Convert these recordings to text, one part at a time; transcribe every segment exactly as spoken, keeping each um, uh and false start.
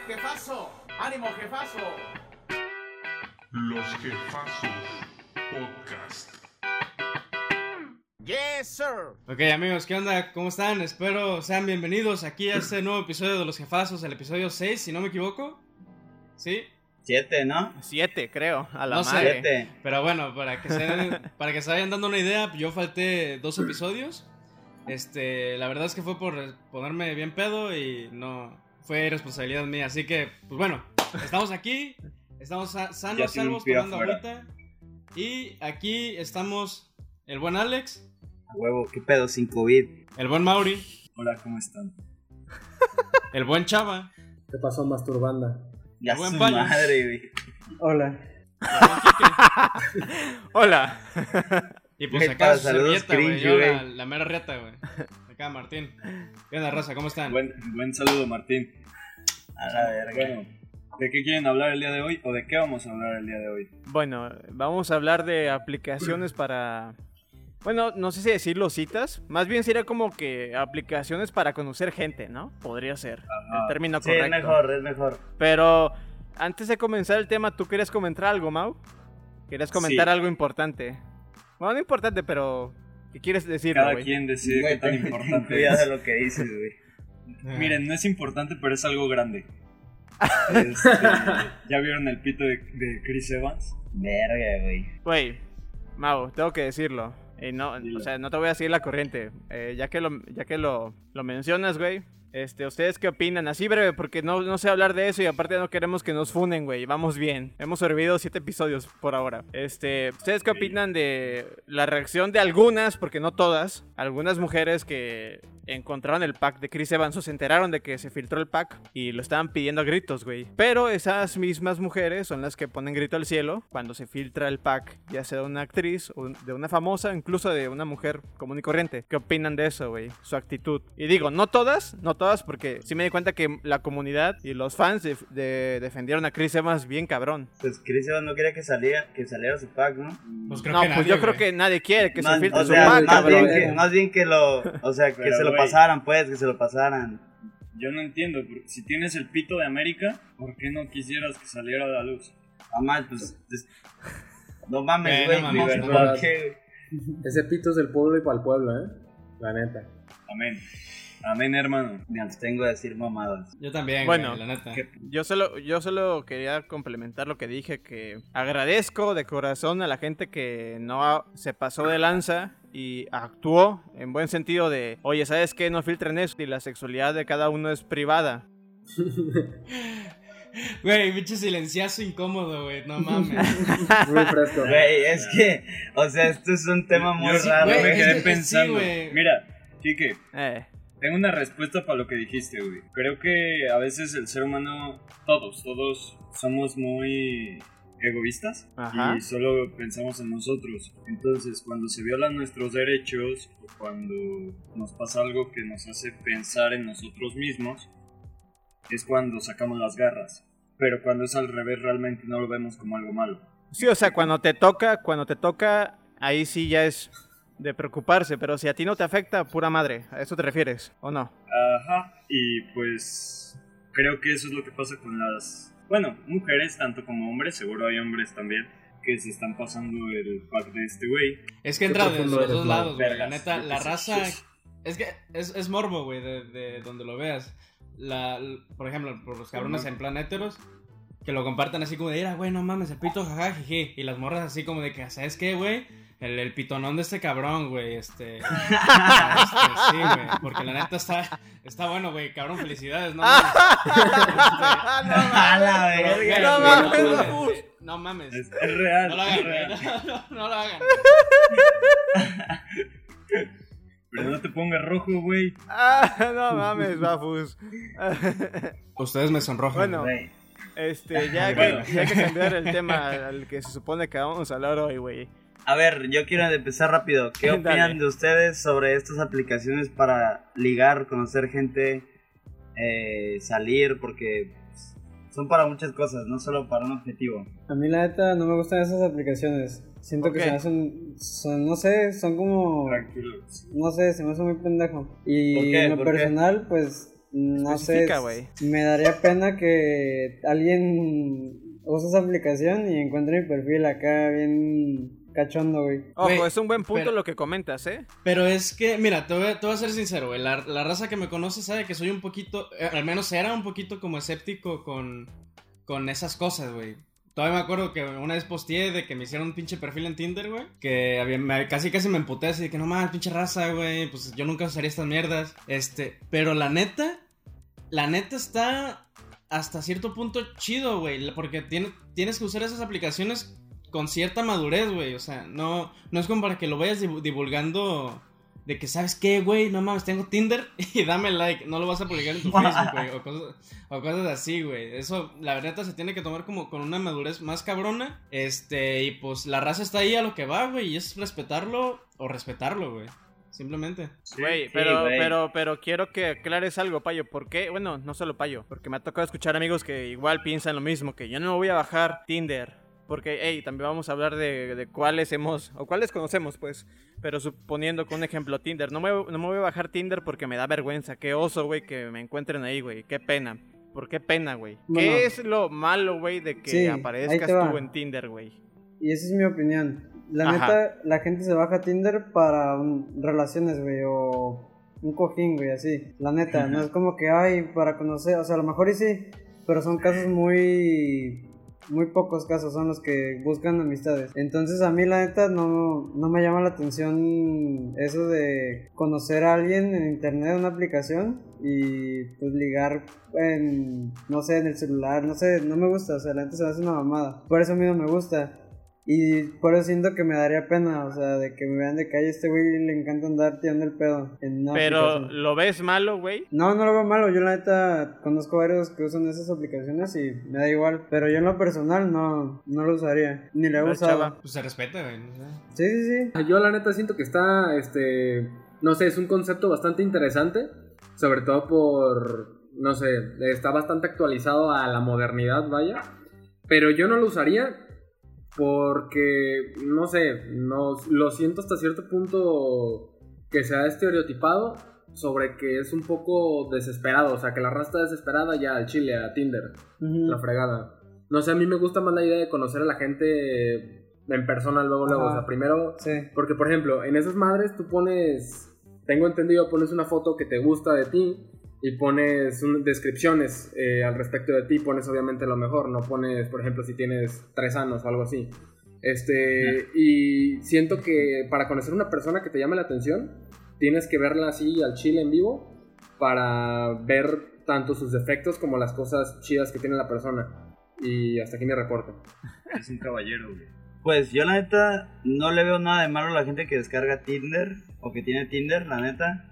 jefazo! ¡Ánimo, jefazo! Los Jefazos Podcast. Yes, sir. Ok, amigos, ¿qué onda? ¿Cómo están? Espero sean bienvenidos aquí a este nuevo episodio de Los Jefazos, el episodio seis, si no me equivoco. ¿Sí? Siete, ¿no? Siete, creo, a la No sé. madre. Siete. Pero bueno, para que, se, para que se vayan dando una idea, yo falté dos episodios. Este, la verdad es que fue por ponerme bien pedo y no fue responsabilidad mía. Así que, pues bueno, estamos aquí, estamos sa- Ya sanos, sin un salvos, pie tomando afuera. agüita. Y aquí estamos el buen Alex, A huevo, qué pedo, sin COVID. el buen Mauri, Hola, ¿cómo están? el buen Chava, ¿Qué pasó, masturbanda? Ya buen su payo. madre, güey. Hola. Hola. y pues Hey, acá pa, su saludos, servilleta, güey, cringe, yo la, güey. la mera riata, güey. Acá Martín. ¿Qué onda, raza? ¿Cómo están? Buen, buen saludo, Martín. A la verga. Bueno, ¿de qué quieren hablar el día de hoy o de qué vamos a hablar el día de hoy? Bueno, vamos a hablar de aplicaciones para... Bueno, no sé si decirlo citas. Más bien sería como que aplicaciones para conocer gente, ¿no? Podría ser Ajá. el término Sí, correcto. es mejor, es mejor. Pero antes de comenzar el tema, ¿tú querías comentar algo, Mau? ¿Querías comentar Sí. algo importante? Bueno, no importante, pero... ¿Qué quieres decirlo, Cada güey? quien decide Güey, qué tan ten- importante ten cuidado es. de lo que dices, güey. Ah. Miren, no es importante, pero es algo grande. Este, ¿Ya vieron el pito de, de Chris Evans? Verga, güey. Güey, Mau, tengo que decirlo. Y no, Dilo. o sea, no te voy a seguir la corriente. Eh, ya que lo, ya que lo, lo mencionas, güey. Este, ¿ustedes qué opinan? Así breve, porque no, no sé hablar de eso y aparte no queremos que nos funen, güey. Vamos bien. Hemos sobrevivido siete episodios por ahora. Este, ¿ustedes qué opinan de la reacción de algunas, porque no todas, algunas mujeres que encontraron el pack de Chris Evans o se enteraron de que se filtró el pack y lo estaban pidiendo a gritos, güey? Pero esas mismas mujeres son las que ponen grito al cielo cuando se filtra el pack, ya sea de una actriz o de una famosa, incluso de una mujer común y corriente. ¿Qué opinan de eso, güey? Su actitud. Y digo, no todas, no todas, porque sí me di cuenta que la comunidad y los fans de, de- defendieron a Chris Evans bien cabrón. Pues Chris Evans no quería que saliera, que saliera su pack, ¿no? Pues creo No, que pues nadie, yo creo güey. que nadie quiere que Más- se filtre o su sea, pack, más cabrón. bien, que, más bien que lo, o sea, que Pero, se lo güey. pasaran, pues, que se lo pasaran. Yo no entiendo, porque si tienes el pito de América, ¿por qué no quisieras que saliera a la luz? Mamá, pues, es- no mames, Eh, güey. no mames, ¿por no mames. qué, Ese pito es del pueblo y para el pueblo, ¿eh? La neta. Amén. Amén, hermano. Me abstengo de decir mamadas. Yo también, Bueno, güey, la neta. ¿qué? Yo solo, yo solo quería complementar lo que dije, que agradezco de corazón a la gente que no ha- se pasó de lanza y actuó en buen sentido de, oye, ¿sabes qué? No filtren eso y la sexualidad de cada uno es privada. Güey, pinche silenciazo incómodo, güey, no mames. Muy fresco. Güey, es que, o sea, esto es un tema muy Yo sí, raro, güey, me güey. es quedé que- sí, pensando. güey. Mira, Kike, Eh, tengo una respuesta para lo que dijiste, güey. Creo que a veces el ser humano, todos, todos somos muy egoístas Ajá. y solo pensamos en nosotros. Entonces, cuando se violan nuestros derechos o cuando nos pasa algo que nos hace pensar en nosotros mismos, es cuando sacamos las garras. Pero cuando es al revés, realmente no lo vemos como algo malo. Sí, o sea, cuando te toca, cuando te toca, ahí sí ya es de preocuparse, pero si a ti no te afecta, pura madre, ¿a eso te refieres o no? Ajá, y pues creo que eso es lo que pasa con las, bueno, mujeres tanto como hombres, seguro hay hombres también que se están pasando el pack de este güey. Es que Qué entra de profundo los eres, dos Mau. lados, güey. La Vergas, neta, yo la qué sé, raza. pues. Es que es, es morbo, güey, de, de donde lo veas. La, por ejemplo, por los cabrones Ajá. en plan héteros, que lo comparten así como de, mira, güey, no mames, el pito, jaja, jiji. Y las morras así como de que, ¿sabes qué, güey? El, el pitonón de este cabrón, güey, este... este, sí, güey, porque la neta está, está bueno, güey, cabrón, felicidades, no mames. A la Pero, verga. güey, no no, mames, mames, Gus. güey, no mames. Es, es real, No lo es hagan, güey, real. no, no, no lo hagan. Pero no te pongas rojo, güey. Ah, no mames, Bafus. Ustedes me sonrojan. Bueno, Güey. este, ya que, Bueno. ya que cambiar el tema al que se supone que vamos a hablar hoy, güey. A ver, yo quiero empezar rápido. ¿Qué Dale. opinan de ustedes sobre estas aplicaciones para ligar, conocer gente, eh, salir? Porque pues, son para muchas cosas, no solo para un objetivo. A mí la neta no me gustan esas aplicaciones. Siento ¿Por que qué? se me hacen, son, no sé, son como, Tranquilo. no sé, se me hace muy pendejo. Y ¿Por qué? en lo ¿Por qué? personal, pues, No Especifica, sé, güey. me daría pena que alguien use esa aplicación y encuentre mi perfil acá bien cachondo, güey. Ojo, Güey, es un buen punto pero- lo que comentas, ¿eh? Pero es que, mira, te voy, a- te voy a ser sincero, güey. La, la raza que me conoce sabe que soy un poquito, eh, al menos era un poquito como escéptico con, con esas cosas, güey. Todavía me acuerdo que una vez posteé de que me hicieron un pinche perfil en Tinder, güey. Que había, me- casi casi me emputé así de que no mames, pinche raza, güey. Pues yo nunca usaría estas mierdas. Este, pero la neta, la neta está hasta cierto punto chido, güey. Porque tiene, tienes que usar esas aplicaciones con cierta madurez, güey. O sea, no, no es como para que lo vayas divu- divulgando de que, ¿sabes qué, güey? No mames, tengo Tinder y dame like. No lo vas a publicar en tu Facebook, güey. O cosas, o cosas así, güey. Eso, la neta, se tiene que tomar como con una madurez más cabrona. Este, y pues la raza está ahí a lo que va, güey. Y es respetarlo o respetarlo, güey. Simplemente. Güey, sí, pero, güey. pero, pero quiero que aclares algo, Payo. ¿Por qué? Bueno, no solo Payo, porque me ha tocado escuchar amigos que igual piensan lo mismo, que yo no me voy a bajar Tinder. Porque, hey, también vamos a hablar de, de cuáles hemos, o cuáles conocemos, pues. Pero suponiendo con un ejemplo Tinder, no me, no me voy a bajar Tinder porque me da vergüenza. Qué oso, güey, que me encuentren ahí, güey. Qué pena. ¿Por qué pena, güey? Bueno. ¿Qué es lo malo, güey, de que Sí, ahí aparezcas te va. tú en Tinder, güey? Y esa es mi opinión. La Ajá. neta, la gente se baja Tinder para un- relaciones, güey, o un cojín, güey, así. La neta, no es como que, ay, para conocer, o sea, a lo mejor y sí, pero son casos muy... Muy pocos casos son los que buscan amistades. Entonces a mí la neta no, no me llama la atención eso de conocer a alguien en internet, en una aplicación, y pues ligar en, no sé, en el celular, no sé, no me gusta, o sea, la neta se me hace una mamada. Por eso a mí no me gusta. Y por eso siento que me daría pena, o sea, de que me vean de calle, este güey le encanta andar tirando el pedo en una Pero, aplicación. ¿lo ves malo, güey? No, no lo veo malo, yo la neta conozco varios que usan esas aplicaciones y me da igual, pero yo en lo personal no, no lo usaría, ni lo he A ver, usado. chava. Pues se respeta, güey. No sé. Sí, sí, sí. Yo la neta siento que está, este, no sé, es un concepto bastante interesante, sobre todo por, no sé, está bastante actualizado a la modernidad, vaya, pero yo no lo usaría porque, no sé, no, lo siento hasta cierto punto que se ha estereotipado sobre que es un poco desesperado, o sea, que la raza está desesperada ya al chile, a Tinder, Ujú. la fregada. No sé, a mí me gusta más la idea de conocer a la gente en persona luego, luego, Ajá. o sea, primero... Sí. Porque, por ejemplo, en esas madres tú pones, tengo entendido, pones una foto que te gusta de ti y pones un- descripciones eh, al respecto de ti, pones obviamente lo mejor, no pones, por ejemplo, si tienes tres años o algo así. Este, y siento que para conocer una persona que te llame la atención, tienes que verla así al chile en vivo para ver tanto sus defectos como las cosas chidas que tiene la persona. Y hasta aquí mi reporte. Es un caballero, güey. Pues yo la neta no le veo nada de malo a la gente que descarga Tinder o que tiene Tinder, la neta.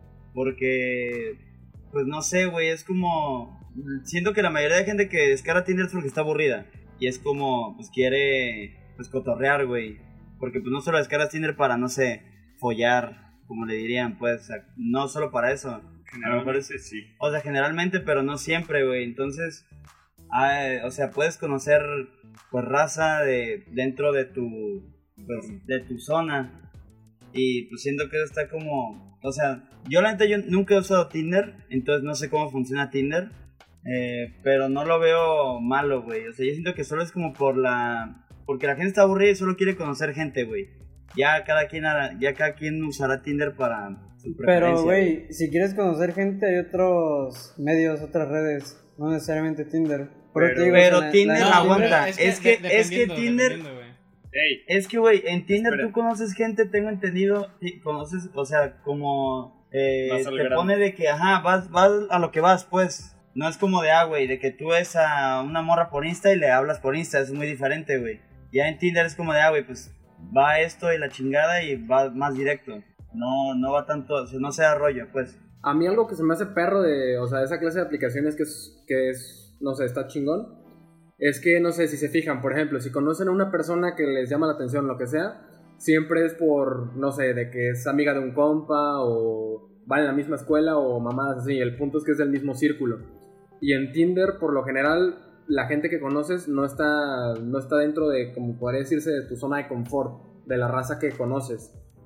Porque, pues no sé, güey, es como... Siento que la mayoría de gente que descarga Tinder es porque está aburrida. Y es como, pues quiere, pues cotorrear, güey. Porque pues no solo descargas Tinder para, no sé, follar, como le dirían, pues, o sea, no solo para eso. A lo mejor es- Generalmente sí. O sea, generalmente, pero no siempre, güey. Entonces, ah, o sea, puedes conocer, pues, raza de dentro de tu, pues, de tu zona. Y pues siento que eso está como, o sea, yo la neta yo nunca he usado Tinder, entonces no sé cómo funciona Tinder, eh, pero no lo veo malo, güey. O sea, yo siento que solo es como por la, porque la gente está aburrida y solo quiere conocer gente, güey. Ya cada quien, hará- ya cada quien usará Tinder para su preferencia. Pero, güey, si quieres conocer gente hay otros medios, otras redes, no necesariamente Tinder. Pero, Pero- te digo, pero o sea, la- Tinder la- no, aguanta. pero es que- de- es que dependiendo, Tinder- dependiendo, güey. Ey, Es que, güey, en Tinder Espera. tú conoces gente, tengo entendido, y conoces, o sea, como eh, Vas al te grano. pone de que, ajá, vas, vas a lo que vas, pues. No es como de, ah, güey, de que tú ves a una morra por Insta y le hablas por Insta, es muy diferente, güey. Ya en Tinder es como de, ah, güey, pues va esto y la chingada y va más directo. No, no va tanto, o sea, no se da rollo, pues. A mí algo que se me hace perro de, o sea, de esa clase de aplicaciones que es, que es, no sé, está chingón, es que, no sé, si se fijan, por ejemplo, si conocen a una persona que les llama la atención, lo que sea, siempre es por, no sé, de que es amiga de un compa o van en la misma escuela o mamadas así, el punto es que es del mismo círculo. Y en Tinder, por lo general, la gente que conoces no está, no está dentro de, como podría decirse, de tu zona de confort, de la raza que conoces.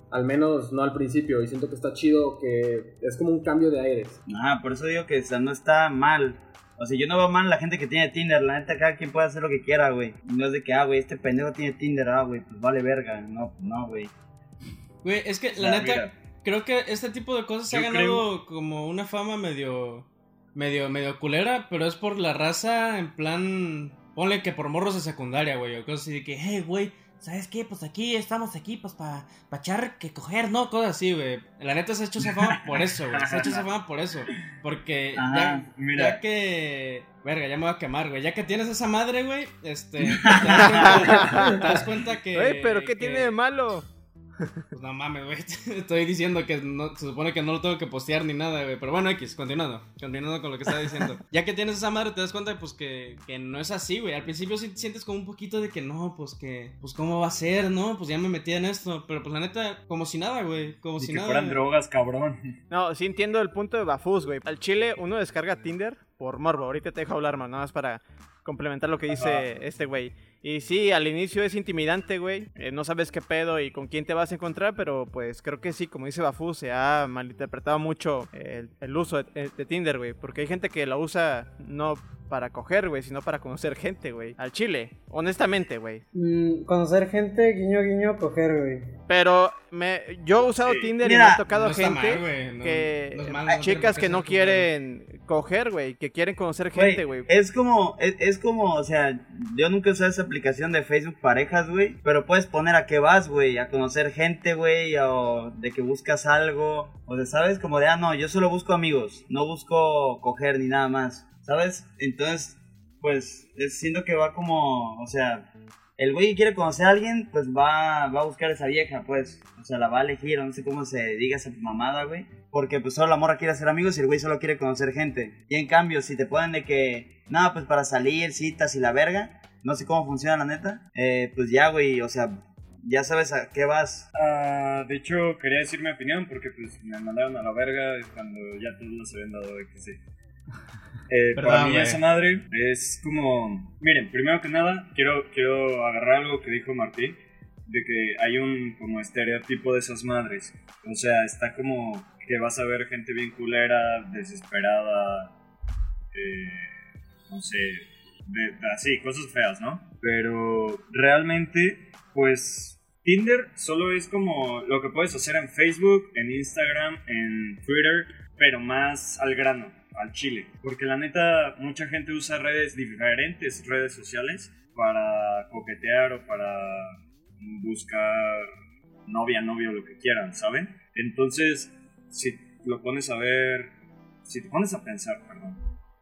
Al menos no al principio. Y siento que está chido, que es como un cambio de aires. Ah, por eso digo que o sea, no está mal. O sea, yo no veo mal la gente que tiene Tinder. La neta, cada quien puede hacer lo que quiera, güey. No es de que, ah, güey, este pendejo tiene Tinder, ah, güey, pues vale verga. No, no, güey. Güey, es que la Ya, neta, mira. creo que este tipo de cosas se ha Yo ganado como una fama medio, medio, medio culera, pero es por la raza, en plan, ponle que por morros de secundaria, güey, o cosas así de que, hey, güey, ¿sabes qué? Pues aquí estamos aquí, pues pa, pa echar que coger, ¿no? Cosas así, güey. La neta se ha hecho esa fama por eso, güey, se ha hecho esa fama por eso, porque Ajá, ya, mira. ya que, verga, ya me voy a quemar, güey, ya que tienes esa madre, güey, este, te das cuenta, te das cuenta que... Güey, pero ¿qué que- tiene de malo? Pues no mames, güey. Estoy diciendo que no, se supone que no lo tengo que postear ni nada, güey. Pero bueno, X, continuando. Continuando con lo que estaba diciendo. Ya que tienes esa madre, te das cuenta, pues que, que no es así, güey. Al principio sí sientes como un poquito de que no, pues que, pues cómo va a ser, ¿no? Pues ya me metí en esto. Pero pues la neta, como si nada, güey. Como Ni si que nada. fueran güey. drogas, cabrón. No, sí entiendo el punto de Bafus, güey. Al chile uno descarga Tinder por morbo. Ahorita te dejo hablar, man, nada más para complementar lo que dice Ajá. este güey. Y sí, al inicio es intimidante, güey. Eh, no sabes qué pedo y con quién te vas a encontrar, pero pues creo que sí, como dice Bafus, se ha malinterpretado mucho el, el uso de, de Tinder, güey. Porque hay gente que la usa no para coger, güey, sino para conocer gente, güey. Al chile, honestamente, güey. Mm, conocer gente, guiño, guiño, coger, güey. Pero me, yo he usado Sí. Tinder y Mira, me ha tocado no está gente mal, güey, no- que no es malo, no tiene chicas por qué que ser no culero. quieren coger, güey, que quieren conocer gente, güey. Es como, es, es como, o sea, yo nunca usé esa aplicación de Facebook Parejas, güey. Pero puedes poner a qué vas, güey. A conocer gente, güey. O de que buscas algo. O de, ¿sabes? Como de, ah, no, yo solo busco amigos. No busco coger ni nada más. ¿Sabes? Entonces, pues, es- siento que va como, o sea, el güey que quiere conocer a alguien, pues va, va a buscar a esa vieja, pues. O sea, la va a elegir, o no sé cómo se diga esa mamada, güey. Porque pues solo la morra quiere hacer amigos y el güey solo quiere conocer gente. Y en cambio, si te ponen de que, no, pues para salir, citas y la verga, no sé cómo funciona la neta, eh, pues ya, güey, o sea, ya sabes a qué vas. Ah, de hecho, quería decir mi opinión porque pues me mandaron a la verga cuando ya todos los habían dado X D. Eh, Perdón, para mí güey. esa madre es como... Miren, primero que nada, quiero, quiero agarrar algo que dijo Martín, de que hay un como estereotipo de esas madres. O sea, está como que vas a ver gente bien culera, desesperada, eh, no sé, de- de- así, cosas feas, ¿no? Pero realmente, pues, Tinder solo es como lo que puedes hacer en Facebook, en Instagram, en Twitter, pero más al grano, al chile. Porque la neta, mucha gente usa redes, diferentes redes sociales para coquetear o para buscar novia, novio, lo que quieran, ¿saben? Entonces, si lo pones a ver, si te pones a pensar, perdón,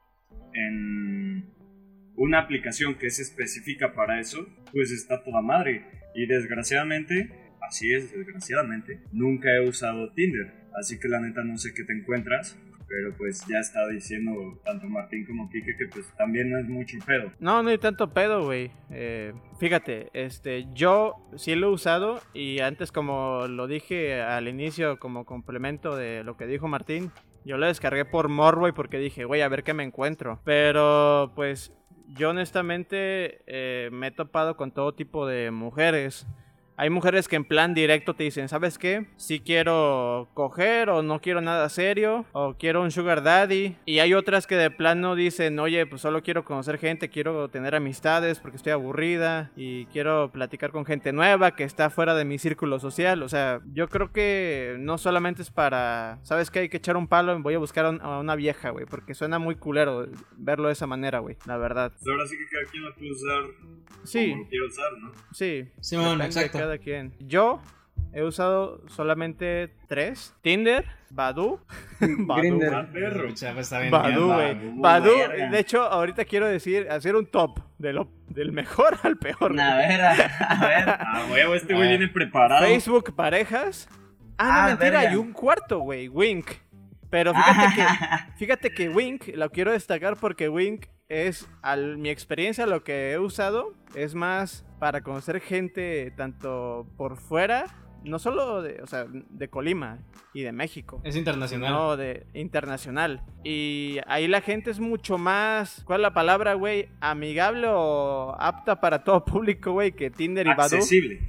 en una aplicación que es específica para eso, pues está toda madre. Y desgraciadamente, así es, desgraciadamente, nunca he usado Tinder. Así que la neta no sé qué te encuentras, pero pues ya está diciendo tanto Martín como Kike que pues también no es mucho pedo. No, no hay tanto pedo, güey. Eh, fíjate, este, yo sí lo he usado y antes, como lo dije al inicio como complemento de lo que dijo Martín, yo lo descargué por morbo y porque dije, güey, a ver qué me encuentro. Pero pues yo honestamente eh, me he topado con todo tipo de mujeres. Hay mujeres que en plan directo te dicen, ¿sabes qué? Si quiero coger o no quiero nada serio o quiero un sugar daddy. Y hay otras que de plano dicen, oye, pues solo quiero conocer gente, quiero tener amistades porque estoy aburrida y quiero platicar con gente nueva que está fuera de mi círculo social. O sea, yo creo que no solamente es para, ¿sabes qué? Hay que echar un palo, voy a buscar a, un- a una vieja, güey, porque suena muy culero verlo de esa manera, güey, la verdad. Pues ahora sí que cada quien lo puede usar Sí. como lo quiere usar, ¿no? Sí, Simón, depende exacto. de cada quien. Yo he usado solamente tres: Tinder, Badoo, Badoo, Grinder. Ah, perro. Escucha, pues, está bien, Badoo, ya, güey. Badoo, Badoo, verga. de hecho, ahorita quiero decir, hacer un top de lo, del mejor al peor. güey. A ver, a, a ver. Ah, huevo, este güey Ah. viene preparado. Facebook, parejas. Ah, no, Ah, mentira, verga. hay un cuarto, güey, Wink. Pero fíjate que, fíjate que Wink, lo quiero destacar porque Wink es, a mi experiencia, lo que he usado, es más para conocer gente tanto por fuera, no solo de, o sea, de Colima y de México. Es internacional. No, de internacional. Y ahí la gente es mucho más, ¿cuál es la palabra, güey? Amigable o apta para todo público, güey, que Tinder y Badoo. Accesible.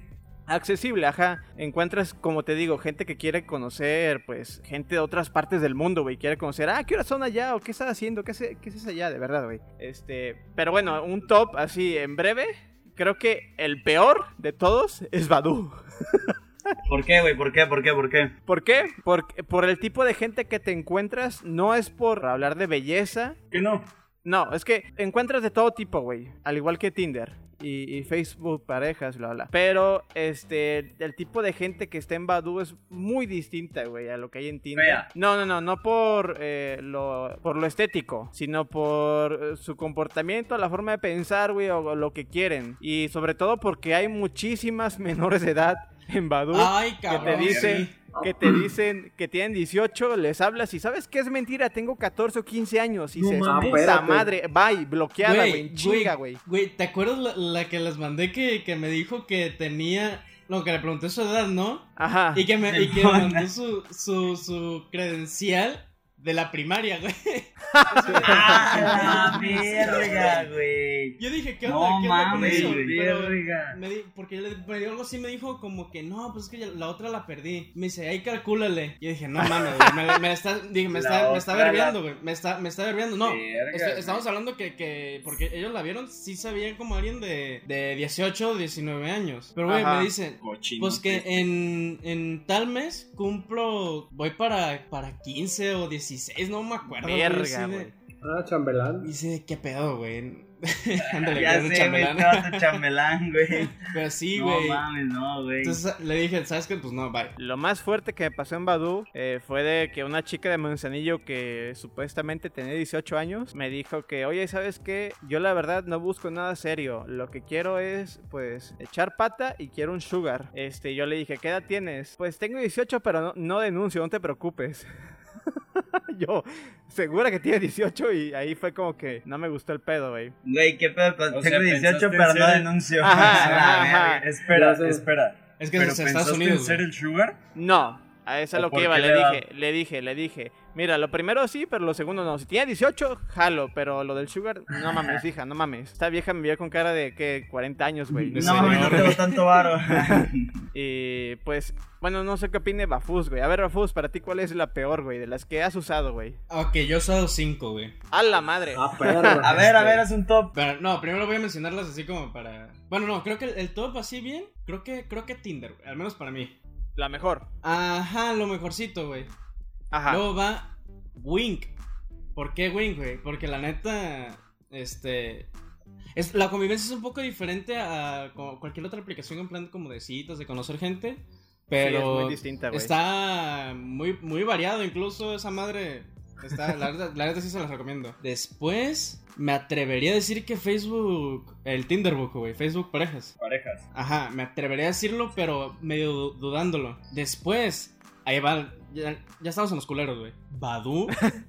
accesible, ajá. Encuentras, como te digo, gente que quiere conocer, pues, gente de otras partes del mundo, güey. Quiere conocer, ah, ¿qué horas son allá? ¿O qué estás haciendo? ¿Qué, se, qué es allá? De verdad, güey. Este, pero bueno, un top así en breve. Creo que el peor de todos es Badoo. ¿Por qué, güey? ¿Por qué? ¿Por qué? ¿Por qué? ¿Por qué? Por, por el tipo de gente que te encuentras, no es por hablar de belleza. ¿Qué no? No, es que encuentras de todo tipo, güey. Al igual que Tinder y, y Facebook, parejas, bla, bla. Pero, este, el tipo de gente que está en Badoo es muy distinta, güey, a lo que hay en Tinder. Fea. No, no, no, no por, eh, lo, por lo estético, sino por eh, su comportamiento, la forma de pensar, güey, o, o lo que quieren. Y sobre todo porque hay muchísimas menores de edad en Badoo Ay, que cabrón. te dicen... sí. Que te dicen que tienen dieciocho, les hablas y ¿sabes qué es mentira? Tengo catorce o quince años y No se mames. puta Espérate. madre, bye, bloqueada, güey, chinga, güey. Güey, ¿te acuerdas la, la que les mandé que, que me dijo que tenía... No, que le pregunté su edad, ¿no? Ajá. Y que me, y que me mandó su, su, su credencial de la primaria, güey. ¡Ah, la verga, güey! Yo dije, ¿qué No onda? ¿Qué onda con mames, eso? güey, Pero verga. me di- porque le- me dio algo así, me dijo como que no, pues es que ya- la otra la perdí. Me dice, ahí calcúlale. Y yo dije, no mames, güey, me, me está, dije, me La está, me está otra verbiando, güey. Me está, me está verbiando. No, Verga, estoy- güey. estamos hablando que, que, porque ellos la vieron, sí sabían como alguien de, de dieciocho o diecinueve años. Pero, güey, Ajá. me dicen, Cochino. pues que en, en tal mes cumplo, voy para, para quince o dieciséis, no me acuerdo. güey, Verga, así de- güey. Ah, chambelán. Y dice, ¿qué pedo, güey? Ándale, Ya que es un sé, güey, chambelán. te vas a chambelán, güey. Pero sí, No güey. mames, no, güey. Entonces le dije, ¿sabes qué? Pues no, bye. Lo más fuerte que me pasó en Badoo eh, fue de que una chica de Manzanillo que supuestamente tenía dieciocho años me dijo que, oye, ¿sabes qué? Yo la verdad no busco nada serio. Lo que quiero es, pues, echar pata y quiero un sugar. Este, yo le dije, ¿qué edad tienes? Pues tengo dieciocho, pero no, no denuncio, no te preocupes. Yo, segura que tiene dieciocho y ahí fue como que no me gustó el pedo, güey. Güey, qué pedo. Pues, O tengo sea, dieciocho, pensaste pero en no ser- denuncio. Ajá, A la ajá, verga. ajá. Espera, Ya sé. espera. Es que ¿Pero es Estados pensaste Unidos, en ser güey. el sugar? No, a eso es ¿O lo que por iba, qué le le da? dije, le dije, le dije. Mira, lo primero sí, pero lo segundo no. Si tiene dieciocho, jalo, pero lo del sugar, no mames, hija, no mames. Esta vieja me veía con cara de, ¿qué? cuarenta años, güey. De No mames, no señor. tengo tanto varo. Y pues, bueno, no sé qué opine Bafus, güey. A ver, Bafus, para ti, ¿cuál es la peor, güey? De las que has usado, güey. Ok, yo he usado cinco, güey. ¡A la madre! Ah, perro. A ver, a ver, haz un top. Pero no, primero voy a mencionarlas así como para... Bueno, no, creo que el, el top así bien, creo que, creo que Tinder, güey, al menos para mí. La mejor. Ajá, lo mejorcito, güey. Ajá. Luego va Wink. ¿Por qué Wink, güey? Porque la neta, este... Es, la convivencia es un poco diferente a como cualquier otra aplicación en plan como de citas, de conocer gente. Pero Sí, es muy distinta, güey. está muy, muy variado incluso esa madre. Está, la, neta, la neta sí se las recomiendo. Después me atrevería a decir que Facebook, el Tinderbook, güey, Facebook Parejas. Parejas. Ajá, me atrevería a decirlo, pero medio du- dudándolo. Después, ahí va, ya, ya estamos en los culeros, güey. Badoo.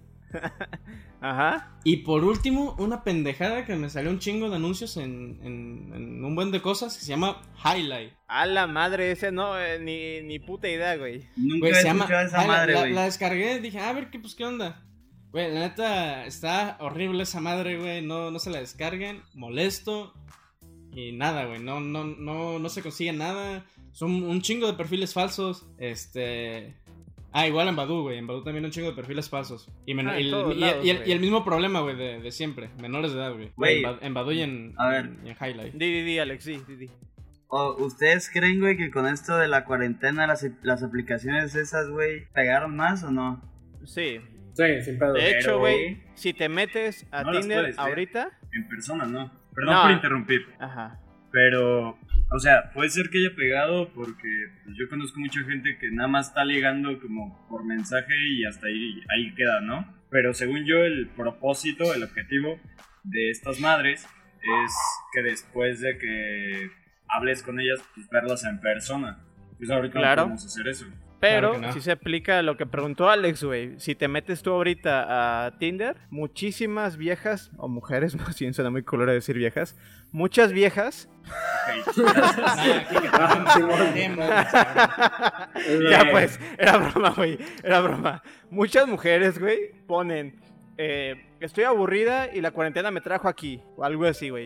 Ajá. Y por último, una pendejada que me salió un chingo de anuncios en, en, en un buen de cosas que se llama Highlight. A la madre, ese no, eh, ni, ni puta idea, güey. Nunca Güey, he se llama escuchado esa Highlight. madre, La, güey. la descargué, dije, a ver, ¿qué, pues, ¿qué onda? Güey, la neta, está horrible esa madre, güey. No, no se la descarguen, molesto. Y nada, güey, no, no, no, no se consigue nada. Son un chingo de perfiles falsos. Este... Ah, igual en Badoo, güey. En Badoo también un chingo de perfiles falsos. Y, men- Ah, en y el, todos y- lados, y el- güey. y el mismo problema, güey, de, de siempre. Menores de edad, güey. Güey. En, Ba- en Badoo y en, A ver. y en Highlight. Di, di, di, Alex, di, di, di. ¿O ¿Ustedes creen, güey, que con esto de la cuarentena las, las aplicaciones esas, güey, pegaron más o no? Sí. Sí, sin pedo. De hecho, Pero- güey, si te metes a No las Tinder puedes ver. ahorita... En persona, ¿no? Perdón No. por interrumpir. Ajá. Pero, o sea, puede ser que haya pegado porque pues, yo conozco mucha gente que nada más está ligando como por mensaje y hasta ahí, ahí queda, ¿no? Pero según yo, el propósito, el objetivo de estas madres es que después de que hables con ellas, pues verlas en persona. Pues ahorita Claro. no podemos hacer eso. Pero Claro que no. si se aplica lo que preguntó Alex, güey. Si te metes tú ahorita a Tinder, muchísimas viejas, o mujeres, más bien suena muy color decir viejas, muchas viejas, Ok. Ah, aquí que Ah, Simón. temas, cabrón. Es ya verdad. pues, era broma, güey, era broma. Muchas mujeres, güey, ponen, eh, estoy aburrida y la cuarentena me trajo aquí, o algo así, güey.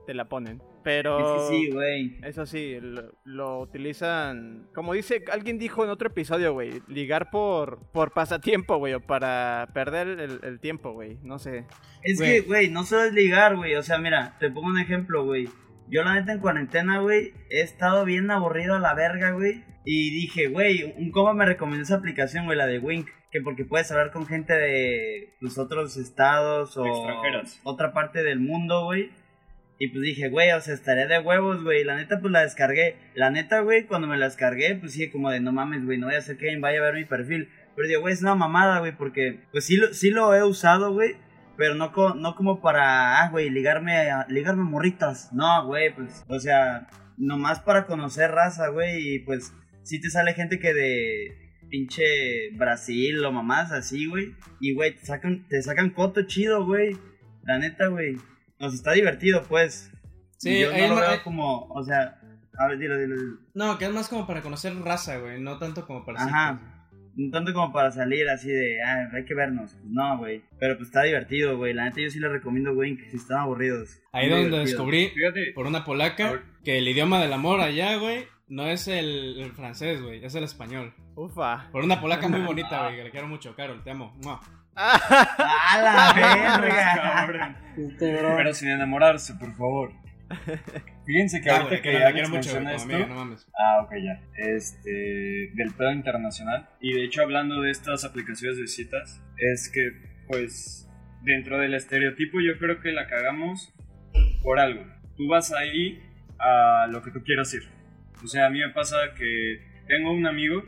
te la ponen. Pero Es que sí, güey. eso sí, lo, lo utilizan, como dice, alguien dijo en otro episodio, güey, ligar por, por pasatiempo, güey, o para perder el, el tiempo, güey, no sé. Es Güey. que, güey, no solo es ligar, güey. O sea, mira, te pongo un ejemplo, güey. Yo, la neta, en cuarentena, güey, he estado bien aburrido a la verga, güey. Y dije, güey, un compa me recomendó esa aplicación, güey, la de Wink. Que porque puedes hablar con gente de, pues, otros estados o Extranjeras. otra parte del mundo, güey. Y pues dije, güey, o sea, estaré de huevos, güey. La neta, pues la descargué. La neta, güey, cuando me la descargué, pues sí, como de no mames, güey, no voy a hacer que alguien vaya a ver mi perfil. Pero digo, güey, es una mamada, güey, porque pues sí lo, sí lo he usado, güey. Pero no, co- no como para, ah, güey, ligarme, a, ligarme morritas. No, güey, pues, o sea, nomás para conocer raza, güey. Y pues sí te sale gente que de pinche Brasil o mamás así, güey. Y, güey, te sacan, te sacan coto chido, güey. La neta, güey. Nos está divertido, pues. Sí, Y yo ahí no lo ma- veo eh, como, o sea, a ver, dilo, dilo, dilo. No, que es más como para conocer raza, güey, no tanto como para Ajá. citas. No tanto como para salir así de, ah, hay que vernos. Pues no, güey. Pero pues está divertido, güey. La neta yo sí les recomiendo, güey, que si están aburridos. Ahí Muy donde divertido. descubrí Fíjate, por una polaca Ahora- que el idioma del amor allá, güey, no es el, el francés, güey, es el español. Ufa. Por una polaca muy bonita, güey, que le quiero mucho, Carol, te amo. ¡Mua! ¡A la verga! cabrón. Este, bro. Pero sin enamorarse, por favor. Fíjense que Ah, ahorita güey, que que la Alex quiero mucho, güey, menciona como esto, amiga, no mames. ah, ok, ya. Este, del pedo internacional. Y de hecho, hablando de estas aplicaciones de citas, es que, pues, dentro del estereotipo, yo creo que la cagamos por algo. Tú vas ahí a lo que tú quieras ir. O sea, a mí me pasa que tengo un amigo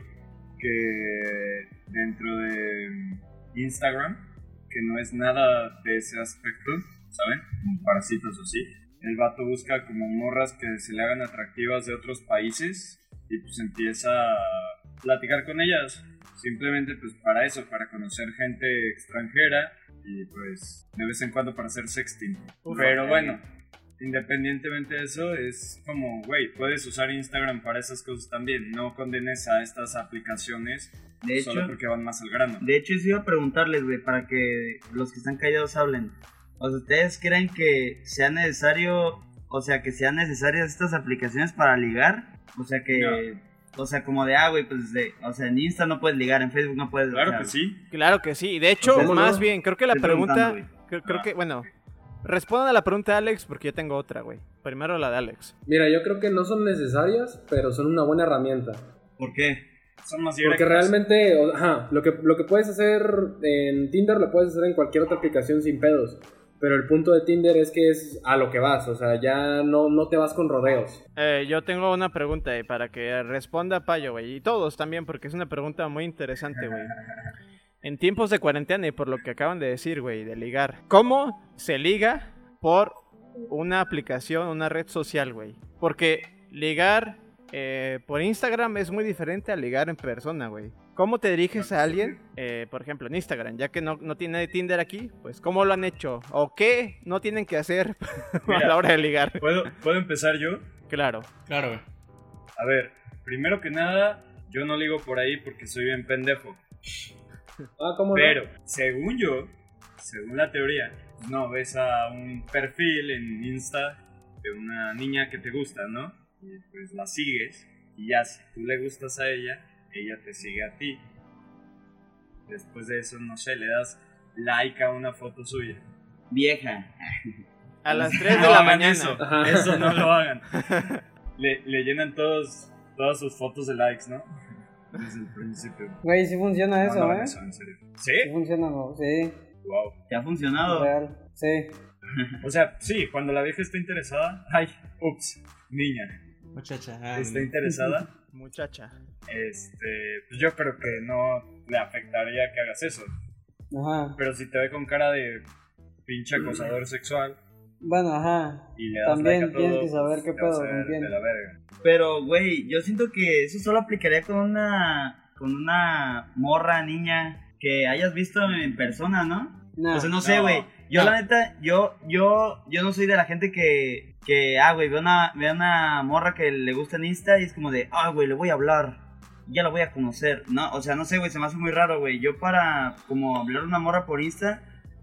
que dentro de Instagram, que no es nada de ese aspecto, ¿saben? Como para citas o así. El vato busca como morras que se le hagan atractivas de otros países y pues empieza a platicar con ellas. Simplemente pues para eso, para conocer gente extranjera y pues de vez en cuando para hacer sexting. Pero bueno, independientemente de eso, es como, güey, puedes usar Instagram para esas cosas también. No condenes a estas aplicaciones De solo hecho, porque van más al grano. de hecho, sí iba a preguntarles, güey, para que los que están callados hablen. O sea, ¿ustedes creen que sea necesario, o sea, que sean necesarias estas aplicaciones para ligar? O sea, que, o sea, como de, ah, güey, pues, de, o sea, en Insta no puedes ligar, en Facebook no puedes. Claro o sea, que sí. Claro que sí. De hecho, ¿Cómo más no? bien, creo que la Estoy pregunta. preguntando, güey. Creo, creo que, bueno. Respondan a la pregunta de Alex porque yo tengo otra, güey. Primero la de Alex. Mira, yo creo que no son necesarias, pero son una buena herramienta. ¿Por qué? Son más Porque directas. realmente, o- ajá, lo que, lo que puedes hacer en Tinder lo puedes hacer en cualquier otra aplicación sin pedos. Pero el punto de Tinder es que es a lo que vas, o sea, ya no, no te vas con rodeos. Eh, yo tengo una pregunta eh, para que responda Payo, güey. Y todos también, porque es una pregunta muy interesante, güey. En tiempos de cuarentena y por lo que acaban de decir, güey, de ligar. ¿Cómo se liga por una aplicación, una red social, güey? Porque ligar eh, por Instagram es muy diferente a ligar en persona, güey. ¿Cómo te diriges a alguien, eh, por ejemplo, en Instagram? Ya que no, no tiene Tinder aquí, pues ¿cómo lo han hecho? ¿O qué no tienen que hacer a Mira. la hora de ligar? ¿Puedo, ¿Puedo empezar yo? Claro. Claro, güey. A ver, primero que nada, yo no ligo por ahí porque soy bien pendejo. Ah, ¿cómo no? Pero, según yo, según la teoría, pues no, ves a un perfil en Insta de una niña que te gusta, ¿no? Y pues la sigues y ya si tú le gustas a ella, ella te sigue a ti. Después de eso, no sé, le das like a una foto suya. Vieja. A las tres de No la hagan mañana. eso, Ajá. eso no lo hagan. Le, le llenan todos, todas sus fotos de likes, ¿no? Desde el principio. Güey, sí funciona No, eso, no hagan ¿eh? eso, en serio. ¿Sí? Sí funciona, no, sí, Wow. ¿Te ha funcionado? real, sí. O sea, sí, cuando la vieja está interesada, ay, ups, niña, Muchacha. ah, está no. interesada, Muchacha. este, pues yo creo que no le afectaría que hagas eso. Ajá. Pero si te ve con cara de pinche acosador sexual Bueno, ajá. y le das También like a todo, tienes que saber pues, qué te vas a pedo, ver con quién. de la verga. Pero, güey, yo siento que eso solo aplicaría con una, con una morra, niña, que hayas visto en persona, ¿no? No. O sea, no sé, No. güey. Yo, No. la neta, yo, yo, yo no soy de la gente que, que ah, güey, ve una, ve una morra que le gusta en Insta y es como de, ah, güey, le voy a hablar, ya la voy a conocer, ¿no? O sea, no sé, güey, se me hace muy raro, güey. Yo para, como, hablar a una morra por Insta, pues,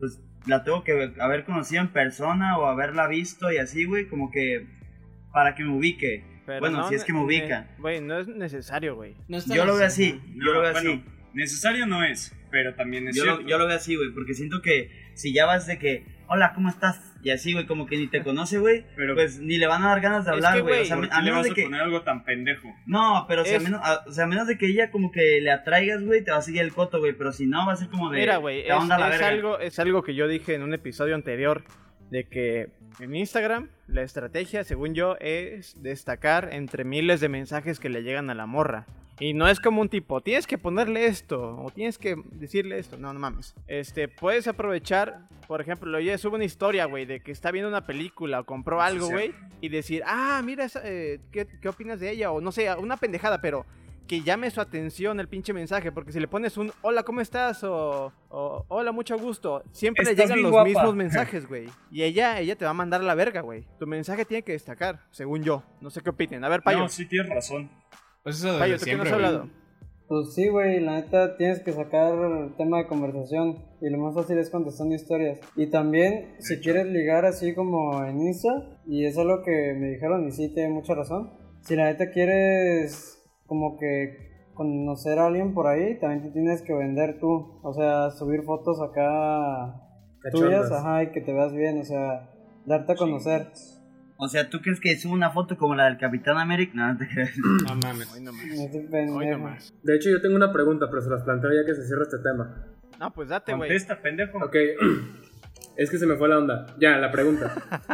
la tengo que haber conocido en persona o haberla visto y así, güey, como que para que me ubique. Pero bueno, no si es que me ne- ubica. Güey, no es necesario, güey. No está Yo lo veo así, así, ¿no? yo lo veo bueno, así. necesario no es, pero también es Yo cierto. lo, yo lo veo así, güey, porque siento que si ya vas de que, hola, ¿cómo estás? Y así, güey, como que ni te conoce, güey, Pero- pues ni le van a dar ganas de Es hablar, que, güey. güey, O sea, ¿Por a qué le menos vas de a que... poner algo tan pendejo? No, pero si a Es- menos, a, o sea, a menos de que ella como que le atraigas, güey, te va a seguir el coto, güey, pero si no, va a ser como de... Mira, güey, te es, va a mandar a la es verga. algo, es algo que yo dije en un episodio anterior, de que en Instagram la estrategia, según yo, es destacar entre miles de mensajes que le llegan a la morra. Y no es como un tipo, tienes que ponerle esto, o tienes que decirle esto, no, no mames. Este, puedes aprovechar, por ejemplo, oye, sube una historia, güey, de que está viendo una película o compró algo, sí. güey, y decir, ah, mira, esa, eh, ¿qué, ¿qué opinas de ella? O no sé, una pendejada, pero... que llame su atención el pinche mensaje, porque si le pones un hola, ¿cómo estás? O, o hola, mucho gusto, siempre le Estás llegan bien los guapa. mismos mensajes, güey. Y ella, ella te va a mandar a la verga, güey. Tu mensaje tiene que destacar, según yo. No sé qué opinen. A ver, Payo. No, sí tienes razón. Pues eso desde Payo, ¿tú qué siempre, nos has güey. hablado? Pues sí, güey, la neta tienes que sacar el tema de conversación y lo más fácil es contestando historias. Y también, si quieres ligar así como en Insta, y es algo que me dijeron y sí tiene mucha razón, si la neta quieres como que conocer a alguien por ahí, también te tienes que vender tú, o sea, subir fotos acá tuyas, Cachondas. ajá, y que te veas bien, o sea, darte a conocer. O sea, ¿tú crees que subo una foto como la del Capitán América? No, no te crees. No mames. Hoy no más. No te Hoy no pendejo. más. De hecho, yo tengo una pregunta, pero se las planteo ya que se cierra este tema. No, pues date, güey. Contesta, pendejo. Ok, es que se me fue la onda. Ya, la pregunta.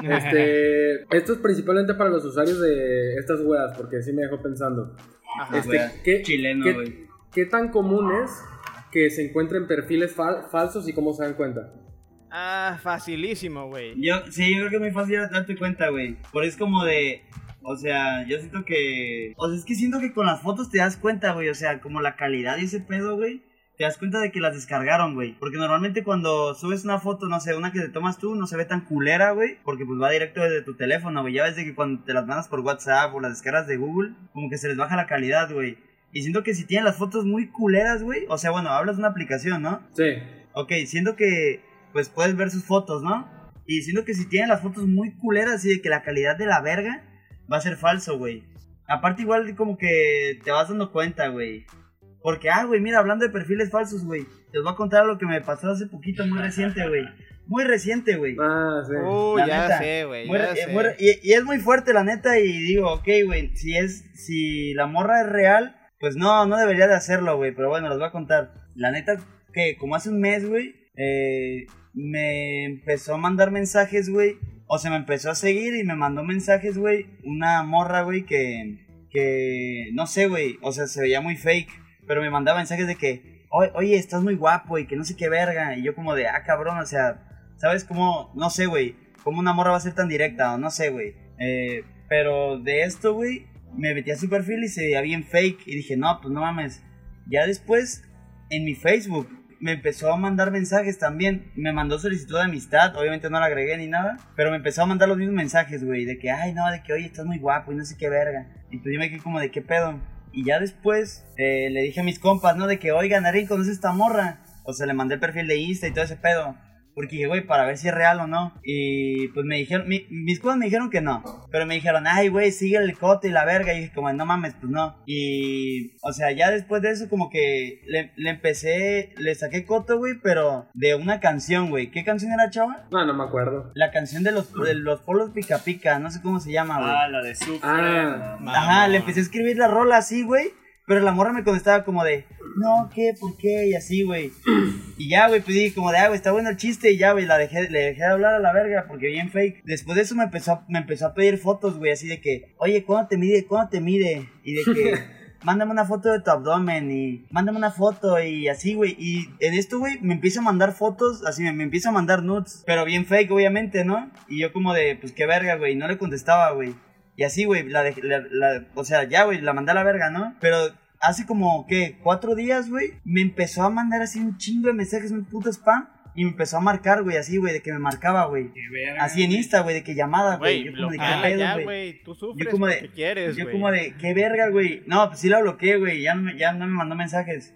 Este, esto es principalmente para los usuarios de estas weas, porque sí me dejó pensando. Ajá. Este, wea, ¿qué, chileno, qué- güey. qué tan común es que se encuentren perfiles fal- falsos y cómo se dan cuenta? Ah, facilísimo, güey. Yo, sí, yo creo que es muy fácil darte cuenta, güey. Por es como de... O sea, yo siento que... O sea, es que siento que con las fotos te das cuenta, güey. O sea, como la calidad y ese pedo, güey. Te das cuenta de que las descargaron, güey. Porque normalmente cuando subes una foto, no sé, una que te tomas tú, no se ve tan culera, güey. Porque pues va directo desde tu teléfono, güey. Ya ves de que cuando te las mandas por WhatsApp o las descargas de Google, como que se les baja la calidad, güey. Y siento que si tienen las fotos muy culeras, güey. O sea, bueno, hablas de una aplicación, ¿no? Sí. Ok, siento que pues puedes ver sus fotos, ¿no? Y siento que si tienen las fotos muy culeras y de que la calidad de la verga va a ser falso, güey. Aparte igual como que te vas dando cuenta, güey. Porque, ah, güey, mira, hablando de perfiles falsos, güey. Les voy a contar lo que me pasó hace poquito, muy reciente, güey. Muy reciente, güey. Ah, sí. Uy, La ya neta, sé, güey. Muy- Ya eh, sé. muy- y, y es muy fuerte, la neta, y digo, ok, güey, si es, si la morra es real, pues no, no debería de hacerlo, güey, pero bueno, les voy a contar. La neta, que como hace un mes, güey, eh, me empezó a mandar mensajes, güey, o sea, me empezó a seguir y me mandó mensajes, güey, una morra, güey, que, que, no sé, güey, o sea, se veía muy fake, pero me mandaba mensajes de que, "Oye, oye, estás muy guapo y que no sé qué verga", y yo como de, ah, cabrón, o sea, ¿sabes cómo? No sé, güey, cómo una morra va a ser tan directa, o no sé, güey, eh, pero de esto, güey, me metí a su perfil y se veía bien fake, y dije, no, pues no mames, ya después, en mi Facebook, me empezó a mandar mensajes también. Me mandó solicitud de amistad. Obviamente no la agregué ni nada. Pero me empezó a mandar los mismos mensajes, güey. De que, ay, no, de que, oye, estás muy guapo y no sé qué verga. Y pues yo me quedé como de qué pedo. Y ya después eh, le dije a mis compas, ¿no? De que, oigan, ¿alguien conoce a esta morra? O sea, le mandé el perfil de Insta y todo ese pedo. Porque dije, güey, para ver si es real o no. Y pues me dijeron, mi- mis compas me dijeron que no. Pero me dijeron, ay, güey, sigue el cote y la verga. Y dije, como, no mames, pues no. Y, o sea, ya después de eso, como que le, le empecé, le saqué coto, güey, pero de una canción, güey. ¿Qué canción era, chava? No, no me acuerdo. La canción de los, de los polos pica pica, no sé cómo se llama, güey. Ah, la de Sufre. Ah. Ajá, le empecé a escribir la rola así, güey. Pero la morra me contestaba como de, no, ¿qué? ¿Por qué? Y así, güey. Y ya, güey, pues dije como de, ah, güey, está bueno el chiste. Y ya, güey, la dejé, le dejé de hablar a la verga porque bien fake. Después de eso me empezó, a- me empezó a pedir fotos, güey, así de que, oye, ¿cuándo te mide? ¿Cuándo te mide? Y de que, mándame una foto de tu abdomen y mándame una foto y así, güey. Y en esto, güey, me empieza a mandar fotos, así, me, me empieza a mandar nudes. Pero bien fake, obviamente, ¿no? Y yo como de, pues qué verga, güey, no le contestaba, güey. Y así, güey, la, dejé- la, la- o sea, ya, güey, la mandé a la verga, ¿no? Pero hace como, ¿qué? Cuatro días, güey, me empezó a mandar así un chingo de mensajes, un puto spam. Y me empezó a marcar, güey, así, güey, de que me marcaba, güey. Así en Insta, güey, de que llamada, güey. Güey, Yo como de, ¿qué bloqueala pedo, ya, güey? güey. Tú sufres Yo como de, porque quieres, yo güey. como de, ¿qué verga, güey? No, pues sí la bloqueé, güey, ya no, me- ya no me mandó mensajes.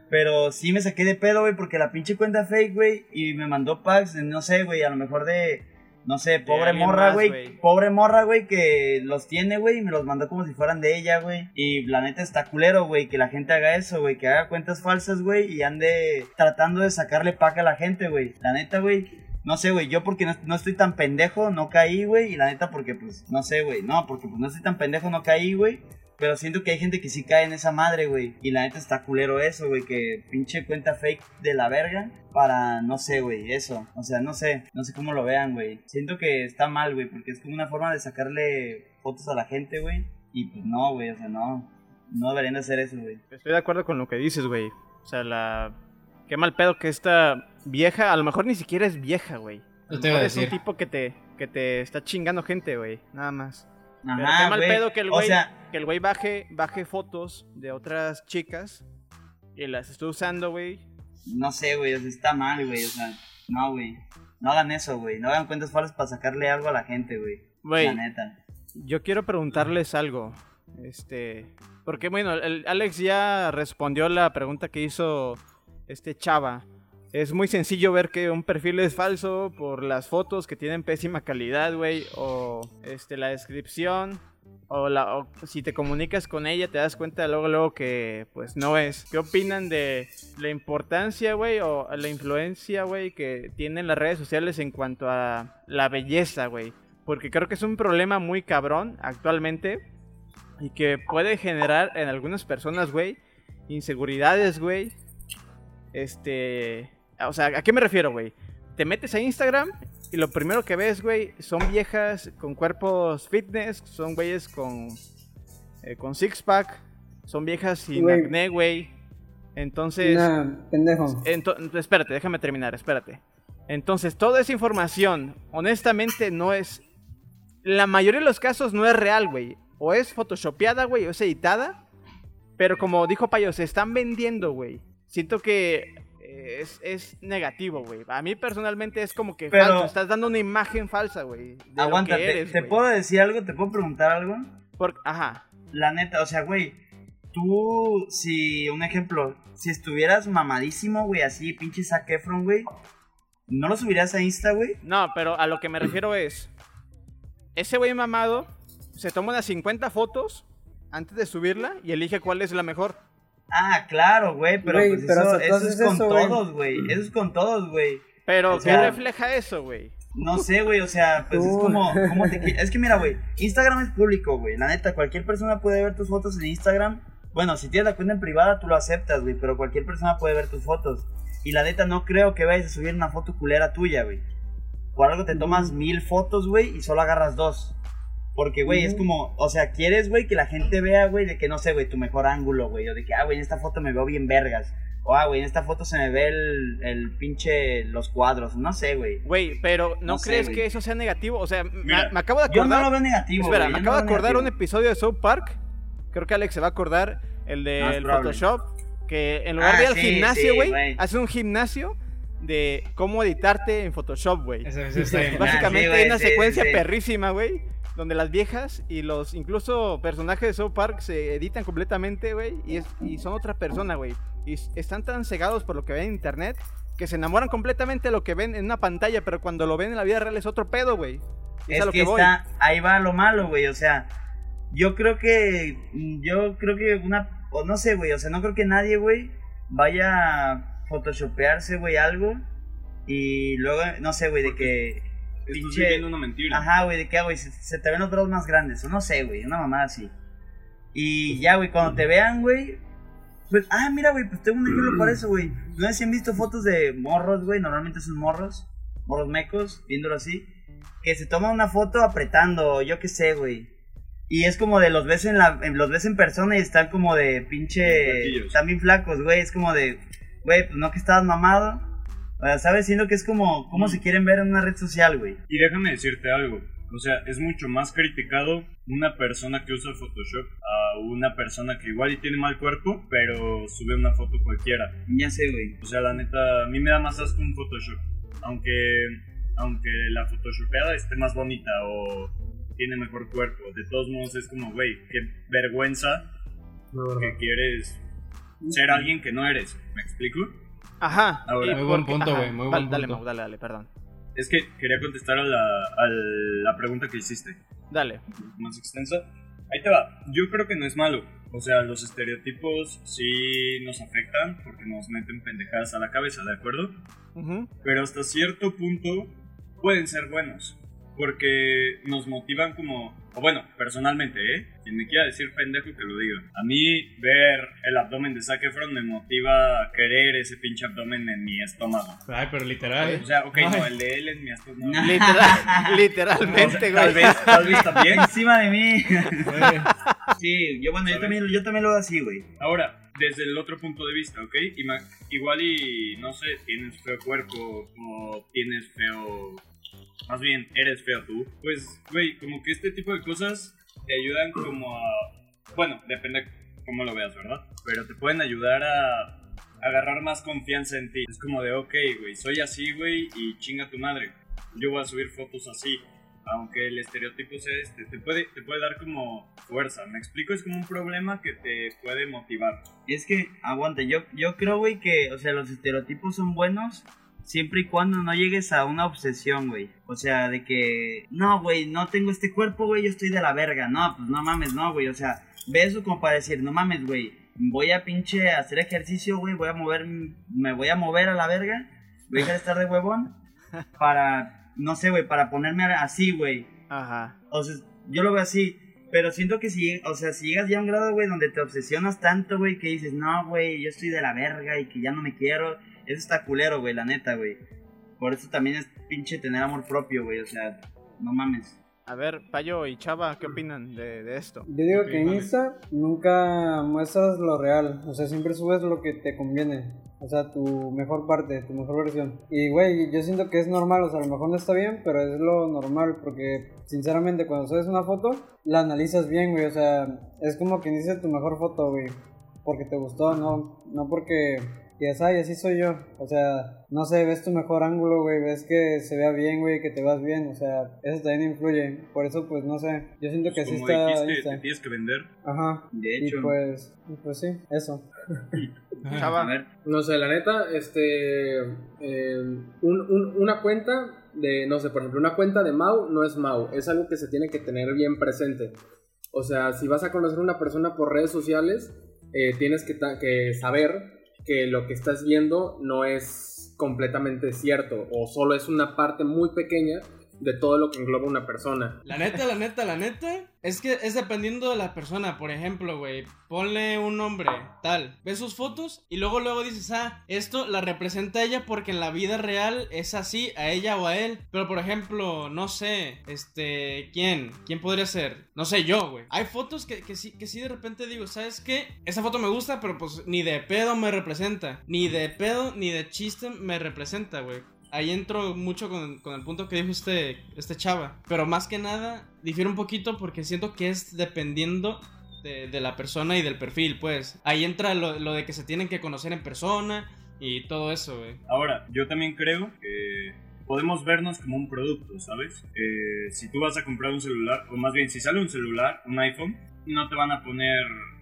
Pero sí me saqué de pedo, güey, porque la pinche cuenta fake, güey, y me mandó packs, de, no sé, güey, a lo mejor de, no sé, pobre alguien morra, más, güey, güey. pobre morra, güey, que los tiene, güey, y me los mandó como si fueran de ella, güey. Y la neta está culero, güey, que la gente haga eso, güey, que haga cuentas falsas, güey, y ande tratando de sacarle pack a la gente, güey. La neta, güey, no sé, güey, yo porque no, no estoy tan pendejo, no caí, güey, y la neta porque, pues, no sé, güey, no, porque pues no estoy tan pendejo, no caí, güey. Pero siento que hay gente que sí cae en esa madre, güey. Y la neta está culero eso, güey. Que pinche cuenta fake de la verga. Para, no sé, güey, eso. O sea, no sé. No sé cómo lo vean, güey. Siento que está mal, güey. Porque es como una forma de sacarle fotos a la gente, güey. Y pues no, güey. O sea, no. No deberían de hacer eso, güey. Estoy de acuerdo con lo que dices, güey. O sea, la... Qué mal pedo que esta vieja... A lo mejor ni siquiera es vieja, güey. A lo Yo te iba a mejor es un decir. tipo que te, que te está chingando gente, güey. Nada más. Pero Ajá, qué mal güey. pedo que el O güey sea, que el güey baje, baje fotos de otras chicas y las esté usando, güey. no sé, güey. O sea, está mal, güey. O sea, no, güey. No hagan eso, güey. No hagan cuentas falsas para sacarle algo a la gente, güey. Güey, La neta. yo quiero preguntarles algo. Este, porque bueno, el Alex ya respondió la pregunta que hizo este Chava. Es muy sencillo ver que un perfil es falso por las fotos que tienen pésima calidad, güey, o este la descripción, o la o si te comunicas con ella te das cuenta luego luego que pues no es. ¿Qué opinan de la importancia, güey, o la influencia, güey, que tienen las redes sociales en cuanto a la belleza, güey? Porque creo que es un problema muy cabrón actualmente y que puede generar en algunas personas, güey, inseguridades, güey. Este, o sea, ¿a qué me refiero, güey? Te metes a Instagram y lo primero que ves, güey, son viejas con cuerpos fitness, son güeyes con eh, con six pack, son viejas sin Güey. acné, güey. Entonces, Nah, pendejo. ento- espérate, déjame terminar, espérate. Entonces, toda esa información, honestamente, no es... La mayoría de los casos no es real, güey. O es photoshopeada, güey, o es editada. Pero como dijo Payo, se están vendiendo, güey. Siento que eh, es, es negativo, güey. A mí personalmente es como que Pero- falso. Estás dando una imagen falsa, güey. de lo Aguanta, que te, eres, te güey. puedo decir algo, te puedo preguntar algo. Por- Ajá. La neta, o sea, güey, tú, si, un ejemplo, si estuvieras mamadísimo, güey, así, pinche Zac Efron, güey, ¿no lo subirías a Insta, güey? No, pero a lo que me refiero es... Ese güey mamado se toma unas cincuenta fotos antes de subirla y elige cuál es la mejor. Ah, claro, güey, pero Güey, pues pero eso, tú eso haces es con eso, güey. todos, güey, eso es con todos, güey. Pero, O sea- ¿qué refleja eso, güey? No sé, güey, o sea, pues es Tú. como, como te qui- es que mira, güey, Instagram es público, güey, la neta, cualquier persona puede ver tus fotos en Instagram. Bueno, si tienes la cuenta en privada, tú lo aceptas, güey, pero cualquier persona puede ver tus fotos. Y la neta, no creo que vayas a subir una foto culera tuya, güey. Por algo te tomas mil fotos, güey, y solo agarras dos. Porque, güey, es como, o sea, quieres, güey, que la gente vea, güey, de que, no sé, güey, tu mejor ángulo, güey. O de que, ah, güey, en esta foto me veo bien vergas. O, ah, güey, en esta foto se me ve el, el pinche, los cuadros. No sé, güey. Güey, pero ¿no, No sé, crees güey. que eso sea negativo? O sea, me, Mira, me acabo de Yo acordar... no lo veo negativo, Espera, güey, me yo acabo no de lo veo acordar un negativo. episodio de South Park. Creo que Alex se va a acordar. El No, es del probable. Photoshop. Que en lugar Ah, de ir al sí, gimnasio, sí, güey, güey. hace un gimnasio de cómo editarte en Photoshop, güey. Ese, ese está bien. Básicamente Ah, sí, hay una güey, sí, secuencia sí. perrísima, güey, donde las viejas y los incluso personajes de South Park se editan completamente, güey, y, es- y son otra persona, güey. Y s- están tan cegados por lo que ven en internet que se enamoran completamente de lo que ven en una pantalla, pero cuando lo ven en la vida real es otro pedo, güey. Y Es, Es a lo que que, voy. está, ahí va lo malo, güey, o sea, yo creo que, yo creo que una, o no sé, güey, o sea, no creo que nadie, güey, vaya a photoshopearse, güey, algo, y luego, no sé, güey, de que, Estás pinche, viviendo una mentira. ajá, güey, de que, ah, güey, se, se te ven los brazos más grandes, o no sé, güey, una mamada así, y ya, güey, cuando te vean, güey, pues, ah, mira, güey, pues tengo un ejemplo para eso, güey, no sé si han visto fotos de morros, güey, normalmente son morros, morros mecos, viéndolo así, que se toman una foto apretando, yo qué sé, güey. Y es como de los ves en la en- los ves en persona y están como de pinche Flaquillos. están bien flacos, güey, es como de güey, pues no que estabas mamado. O sea, sabes, siendo que es como cómo se quieren ver en una red social, güey. Y déjame decirte algo. O sea, es mucho más criticado una persona que usa Photoshop a una persona que igual y tiene mal cuerpo, pero sube una foto cualquiera. Ya sé, güey. O sea, la neta, a mí me da más asco un Photoshop. Aunque, aunque la photoshopeada esté más bonita o tiene mejor cuerpo. De todos modos es como, güey, qué vergüenza No, que quieres ser alguien que no eres. ¿Me explico? Ajá. Ahora, y muy buen porque- punto, ajá, güey, muy Dale, buen dale, punto. Mau, dale, dale, perdón. Es que quería contestar a la, a la pregunta que hiciste. Dale. Más extensa. Ahí te va. Yo creo que no es malo. O sea, los estereotipos sí nos afectan porque nos meten pendejadas a la cabeza, ¿de acuerdo? Ujú. Pero hasta cierto punto pueden ser buenos. Porque nos motivan como... O bueno, personalmente, ¿eh? Quien me quiera decir pendejo que lo diga. A mí ver el abdomen de Zac Efron me motiva a querer ese pinche abdomen en mi estómago. Ay, pero literal. O sea, ok, Ay. no, el de él en mi estómago. Literal, literalmente, güey. Tal vez, tal vez también. Encima de mí. Güey. Sí, yo bueno, yo también, yo también lo veo así, güey. Ahora, desde el otro punto de vista, ¿ok? Ima- igual y, no sé, tienes feo cuerpo o tienes feo... Más bien, eres feo tú. Pues, güey, como que este tipo de cosas te ayudan como a... Bueno, depende cómo lo veas, ¿verdad? Pero te pueden ayudar a agarrar más confianza en ti. Es como de, ok, güey, soy así, güey, y chinga tu madre. Yo voy a subir fotos así. Aunque el estereotipo sea este, te puede, te puede dar como fuerza. ¿Me explico? Es como un problema que te puede motivar. Es que, aguanta, yo, yo creo, güey, que, o sea, los estereotipos son buenos siempre y cuando no llegues a una obsesión, güey. O sea, de que, no, güey, no tengo este cuerpo, güey, yo estoy de la verga. No, pues no mames, no, güey. O sea, ve eso como para decir, no mames, güey, voy a pinche hacer ejercicio, güey, voy a mover, me voy a mover a la verga, voy a dejar de estar de huevón para, no sé, güey, para ponerme así, güey. Ajá. O sea, yo lo veo así. Pero siento que si, o sea, si llegas ya a un grado, güey, donde te obsesionas tanto, güey, que dices, no, güey, yo estoy de la verga y que ya no me quiero, eso está culero, güey, la neta, güey. Por eso también es pinche tener amor propio, güey, o sea, no mames. A ver, Payo y Chava, ¿qué opinan de, de esto? Yo digo Ok, que en vale. Insta nunca muestras lo real, o sea, siempre subes lo que te conviene, o sea, tu mejor parte, tu mejor versión. Y, güey, yo siento que es normal, o sea, a lo mejor no está bien, pero es lo normal, porque, sinceramente, cuando subes una foto, la analizas bien, güey, o sea, es como quien dice tu mejor foto, güey, porque te gustó, no, no porque... Y es, ay, así soy yo, o sea, no sé, ves tu mejor ángulo, güey, ves que se vea bien, güey, que te vas bien, o sea, eso también influye, por eso, pues, no sé, yo siento que así Como está dijiste, Insta. te tienes que vender. Ajá, De y hecho, pues, y pues sí, eso. a Chava. ver, No sé, la neta, este. eh, un- un- una cuenta de. No sé, por ejemplo, una cuenta de Mau no es Mau. Es algo que se tiene que tener bien presente. O sea, si vas a conocer a una persona por redes sociales, eh, tienes que, ta- que saber que lo que estás viendo no es completamente cierto. O solo es una parte muy pequeña de todo lo que engloba una persona. La neta, la neta, la neta, es que es dependiendo de la persona. Por ejemplo, güey, ponle un nombre, tal, ves sus fotos y luego luego dices, ah, esto la representa a ella porque en la vida real es así, a ella o a él. Pero por ejemplo, no sé, este, ¿quién? ¿Quién podría ser? No sé, yo, güey. Hay fotos que, que sí, que sí de repente digo, ¿sabes qué? Esa foto me gusta, pero pues ni de pedo me representa. Ni de pedo, ni de chiste me representa, güey. Ahí entro mucho con, con el punto que dijo este, este chava. Pero más que nada, difiere un poquito porque siento que es dependiendo de, de la persona y del perfil, pues. Ahí entra lo, lo de que se tienen que conocer en persona y todo eso, güey. Ahora, yo también creo que podemos vernos como un producto, ¿sabes? Eh, si tú vas a comprar un celular, o más bien si sale un celular, un iPhone, no te van a poner...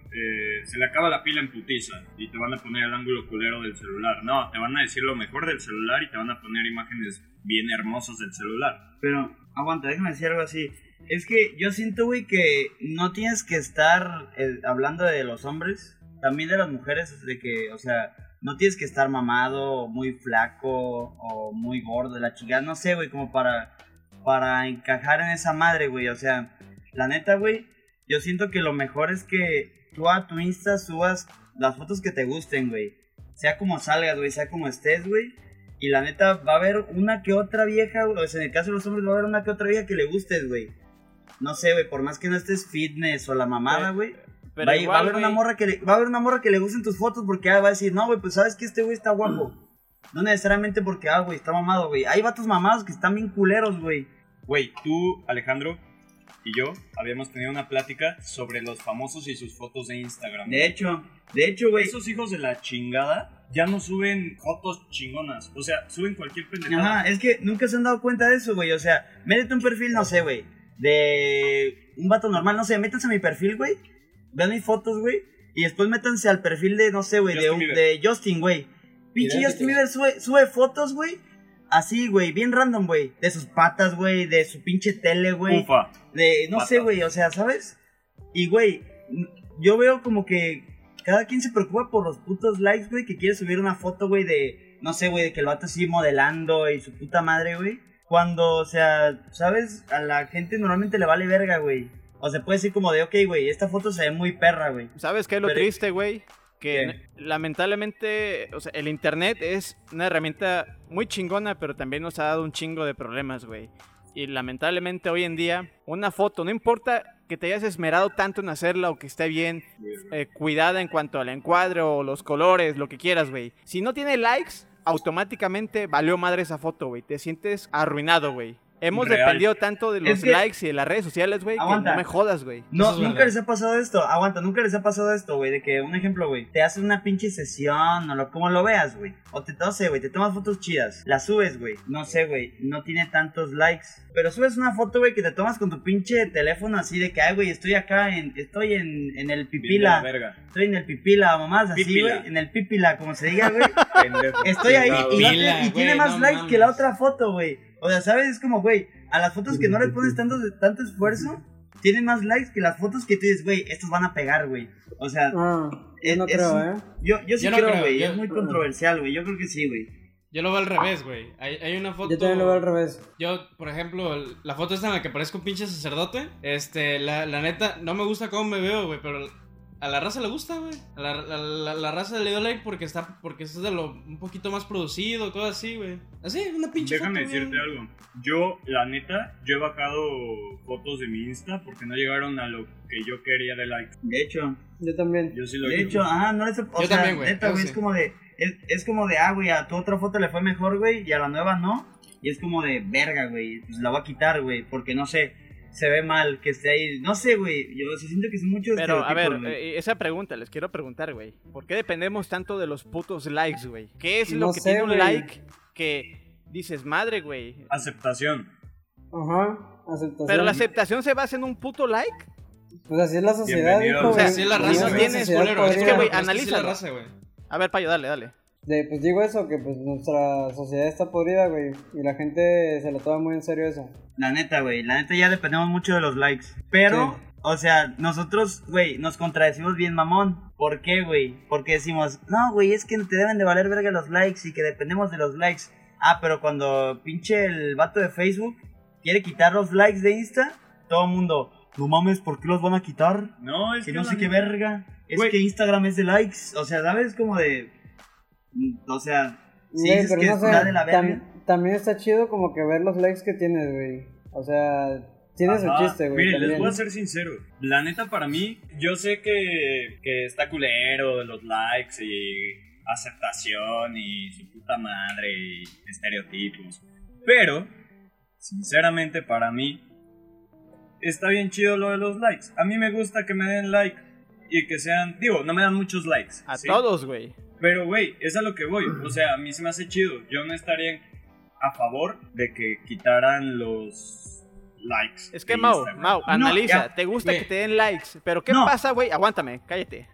Eh, se le acaba la pila en putiza y te van a poner el ángulo culero del celular. No, te van a decir lo mejor del celular y te van a poner imágenes bien hermosas del celular. pero, aguanta, déjame decir algo así. Es que yo siento, güey, que no tienes que estar eh, hablando de los hombres, también de las mujeres, de que, o sea, no tienes que estar mamado, o muy flaco, o muy gordo, la chica, no sé, güey, como para, para encajar en esa madre, güey, o sea, la neta, güey, yo siento que lo mejor es que tú a tu Insta subas las fotos que te gusten, güey, sea como salgas, güey, sea como estés, güey. Y la neta, va a haber una que otra vieja, güey. O sea, en el caso de los hombres, va a haber una que otra vieja que le gustes, güey. No sé, güey, por más que no estés fitness o la mamada, güey. Pero Va, a- igual, va a haber güey, una morra que le, va a haber una morra que le gusten tus fotos porque ah, va a decir, no, güey, pues sabes que este güey está guapo. No necesariamente porque, ah, güey, está mamado, güey. Hay vatos mamados que están bien culeros, güey. Güey, tú, Alejandro, y yo habíamos tenido una plática sobre los famosos y sus fotos de Instagram. De hecho, de hecho, güey. Esos hijos de la chingada ya no suben fotos chingonas. O sea, suben cualquier pendejada. Ajá, es que nunca se han dado cuenta de eso, güey. O sea, métete un perfil, no sé, güey. De un vato normal, no sé, métanse a mi perfil, güey. Vean mis fotos, güey. Y después métanse al perfil de, no sé, güey, de, Justin Bieber. de Justin, güey. Pinche Idéntico. Justin Bieber sube, sube fotos, güey. Así, güey, bien random, güey. De sus patas, güey, de su pinche tele, güey. Ufa. De, no Patas. sé, güey, o sea, ¿sabes? Y, güey, yo veo como que cada quien se preocupa por los putos likes, güey, que quiere subir una foto, güey, de, no sé, güey, de que el vato así modelando y su puta madre, güey. Cuando, o sea, ¿sabes? A la gente normalmente le vale verga, güey. O sea, puede decir como de, ok, güey, esta foto se ve muy perra, güey. ¿Sabes qué es lo Pero- triste, güey? Que ¿Qué? lamentablemente, o sea, el internet es una herramienta muy chingona, pero también nos ha dado un chingo de problemas, güey. Y lamentablemente hoy en día, una foto, no importa que te hayas esmerado tanto en hacerla o que esté bien eh, cuidada en cuanto al encuadre o los colores, lo que quieras, güey. Si no tiene likes, automáticamente valió madre esa foto, güey. Te sientes arruinado, güey. Hemos Real. dependido tanto de los Es que- likes y de las redes sociales, güey, que Aguanta. no me jodas, güey. No, Eso es nunca verdad. les ha pasado esto. Aguanta, nunca les ha pasado esto, güey. De que, un ejemplo, güey, te haces una pinche sesión o lo, como lo veas, güey. O te, no sé, güey, te tomas fotos chidas. Las subes, güey. No sé, güey, no tiene tantos likes. Pero subes una foto, güey, que te tomas con tu pinche teléfono así de que, ay, güey, estoy acá en, estoy en, en el pipila. Verga. Estoy en el pipila, mamás, así, Pipila. güey. En el pipila, como se diga, güey. Pendejo. Estoy ahí y, no Pila, te- y tiene güey, más no likes mames. que la otra foto, güey. O sea, ¿sabes? Es como, güey, a las fotos que no le pones tanto, tanto esfuerzo, tienen más likes que las fotos que tú dices, güey, estos van a pegar, güey. O sea, Ah, yo es- no es creo, un- ¿eh? yo, yo sí Yo no creo, creo, güey. yo- Es muy controversial, güey. Yo creo que sí, güey. Yo lo veo al revés, güey. Hay, hay una foto. Yo también lo veo al revés. Yo, por ejemplo, el- la foto esta en la que parezco un pinche sacerdote. Este, la, la neta, no me gusta cómo me veo, güey, pero a la raza le gusta, güey. A la, la, la, la raza le dio like porque está, porque es de lo un poquito más producido, cosas así, güey. Así, una pinche Déjame foto, decirte güey. algo. Yo, la neta, yo he bajado fotos de mi Insta porque no llegaron a lo que yo quería de likes. De hecho, Yo también. Yo sí lo de hice. hecho, ah, no les. O Yo sea, también, güey, neta, eso güey, sí. es como de. Es, es como de, ah, güey, a tu otra foto le fue mejor, güey, y a la nueva no. Y es como de, verga, güey, pues la voy a quitar, güey, porque no sé, se ve mal que esté ahí. No sé, güey, yo sí siento que son muchos Pero, a ver, estereotipos, güey. eh, esa pregunta les quiero preguntar, güey. ¿Por qué dependemos tanto de los putos likes, güey? ¿Qué es lo No que sé, tiene un güey. like que dices, madre, güey? Aceptación. Ajá, aceptación. Pero la aceptación se basa en un puto like. Pues así es la sociedad, Bienvenido. hijo, O sea, güey. Así es la no raza, Así güey. es la tienes, sociedad culero, es que, podrida. güey, es que así es la analízalo. raza, güey. A ver, Payo, dale, dale. De, pues digo eso, que pues nuestra sociedad está podrida, güey. Y la gente se lo toma muy en serio eso. La neta, güey, la neta ya dependemos mucho de los likes. Pero, Sí. o sea, nosotros, güey, nos contradecimos bien mamón. ¿Por qué, güey? Porque decimos, no, güey, es que te deben de valer verga los likes y que dependemos de los likes. Ah, pero cuando pinche el vato de Facebook quiere quitar los likes de Insta, todo el mundo, no mames, ¿por qué los van a quitar? No, es Que que no sé la qué neta- verga. Es Güey. que Instagram es de likes. O sea, ¿sabes? Como de... O sea, si Güey, dices pero que no sé, está de la verga... tam- también está chido como que ver los likes que tienes, güey. O sea, tiene su Ajá. chiste, güey. Mire, les también. voy a ser sincero. La neta, para mí, yo sé que, que está culero los likes y aceptación y su puta madre y estereotipos. Pero, sinceramente, para mí, está bien chido lo de los likes. A mí me gusta que me den like y que sean. Digo, no me dan muchos likes. A ¿sí? todos, güey. Pero, güey, es a lo que voy. O sea, a mí se me hace chido. Yo no estaría a favor de que quitaran los likes. Es que, de Mau, Instagram. Mau, analiza. ya. Te gusta Güey. que te den likes. Pero, ¿qué No. pasa, güey? Aguántame, cállate.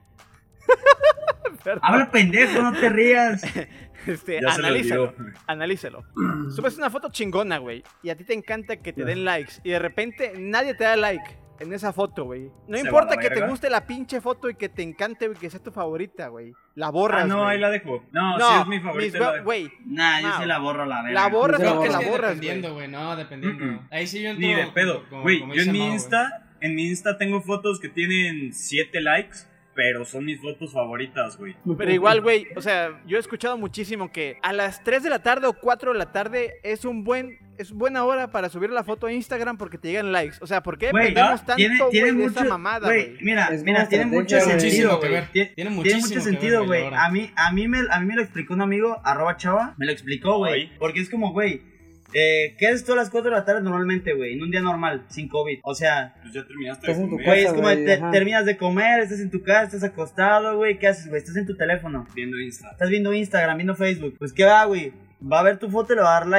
Perdón. Habla pendejo, no te rías. Este, Ya se lo analízalo. olvidó. Analízalo. Subes una foto chingona, güey. Y a ti te encanta que te den likes. Y de repente nadie te da like en esa foto, güey. No Se va importa a la que te verga. guste la pinche foto y que te encante y que sea tu favorita, güey. La borras, Ah, no, güey. ahí la dejo. No, No, sí es mi favorita. mis la hue- dejo. güey. Nah, yo Mau. se la borro la verga. La borras Yo se la porque borro. la Es que borras, güey. dependiendo, güey, no, dependiendo. Mm-mm. Ahí sí yo Ni de entro pedo. como- Güey, como yo en dice mi Mau, güey. Insta, en mi Insta tengo fotos que tienen siete likes, pero son mis fotos favoritas, güey. Pero igual, güey, o sea, yo he escuchado muchísimo que a las tres de la tarde o cuatro de la tarde es un buen es buena hora para subir la foto a Instagram porque te llegan likes. O sea, ¿por qué Güey, dependemos ah, tiene, tanto, tiene güey, de mucho, esa mamada, güey, güey? mira, Es mira, una tiene mucho estrategia, güey. sentido, Muchísimo que güey. ver. Tiene, Tiene tiene muchísimo mucho que sentido, ver, güey. güey, la A mí, a mí me, a mí me lo explicó un amigo, arroba chava, me lo explicó, güey. Ay. Porque es como, güey, eh, ¿qué haces tú a las cuatro de la tarde normalmente, güey? En un día normal, sin COVID. O sea, Pues ya terminaste Estás de en tu comer. güey, es casa, como güey, te- ajá. terminas de comer, estás en tu casa, estás acostado, güey. ¿Qué haces, güey? Estás en tu teléfono. viendo Insta. Estás viendo Instagram, viendo Facebook. Pues, ¿qué va, güey? Va a ver tu foto y le va a dar like.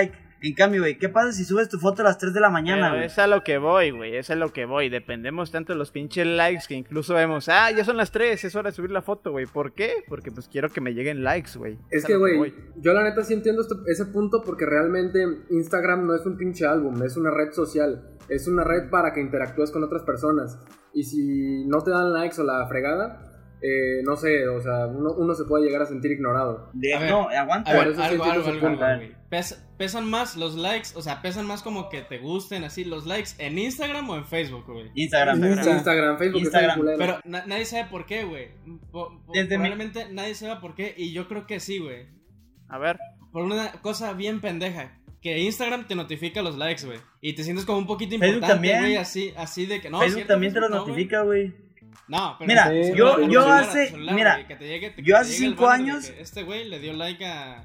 En cambio, güey, ¿qué pasa si subes tu foto a las tres de la mañana, Pero güey? es a lo que voy, güey, es a lo que voy. Dependemos tanto de los pinches likes que incluso vemos, ah, ya son las tres, es hora de subir la foto, güey. ¿Por qué? Porque pues quiero que me lleguen likes, güey. Es a que, lo güey, voy. yo la neta sí entiendo esto- ese punto porque realmente Instagram no es un pinche álbum, es una red social. Es una red para que interactúes con otras personas. Y si no te dan likes o la fregada, eh, no sé, o sea, uno, uno se puede llegar a sentir ignorado. De- A ver, no, aguanta. A ver, Por eso sí algo, entiendo algo, ese algo, punto. algo, güey. Pes- pesan más los likes, o sea, pesan más como que te gusten así los likes en Instagram o en Facebook, güey. Instagram. Instagram. Instagram, Facebook, Instagram. está bien culero. Pero na- nadie sabe por qué, güey. Po- po- Desde mi- Probablemente nadie sabe por qué y yo creo que sí, güey. A ver, Por una cosa bien pendeja. Que Instagram te notifica los likes, güey. Y te sientes como un poquito Facebook importante, también. güey, así, así de que no. Facebook ¿cierto? también te lo no, güey. notifica, güey. No, pero Mira, en tu Sí, yo- celular, en tu yo celular, hace- tu celular, mira, güey, que te llegue- que yo te hace llegue el cinco banner de años- que este güey le dio like a,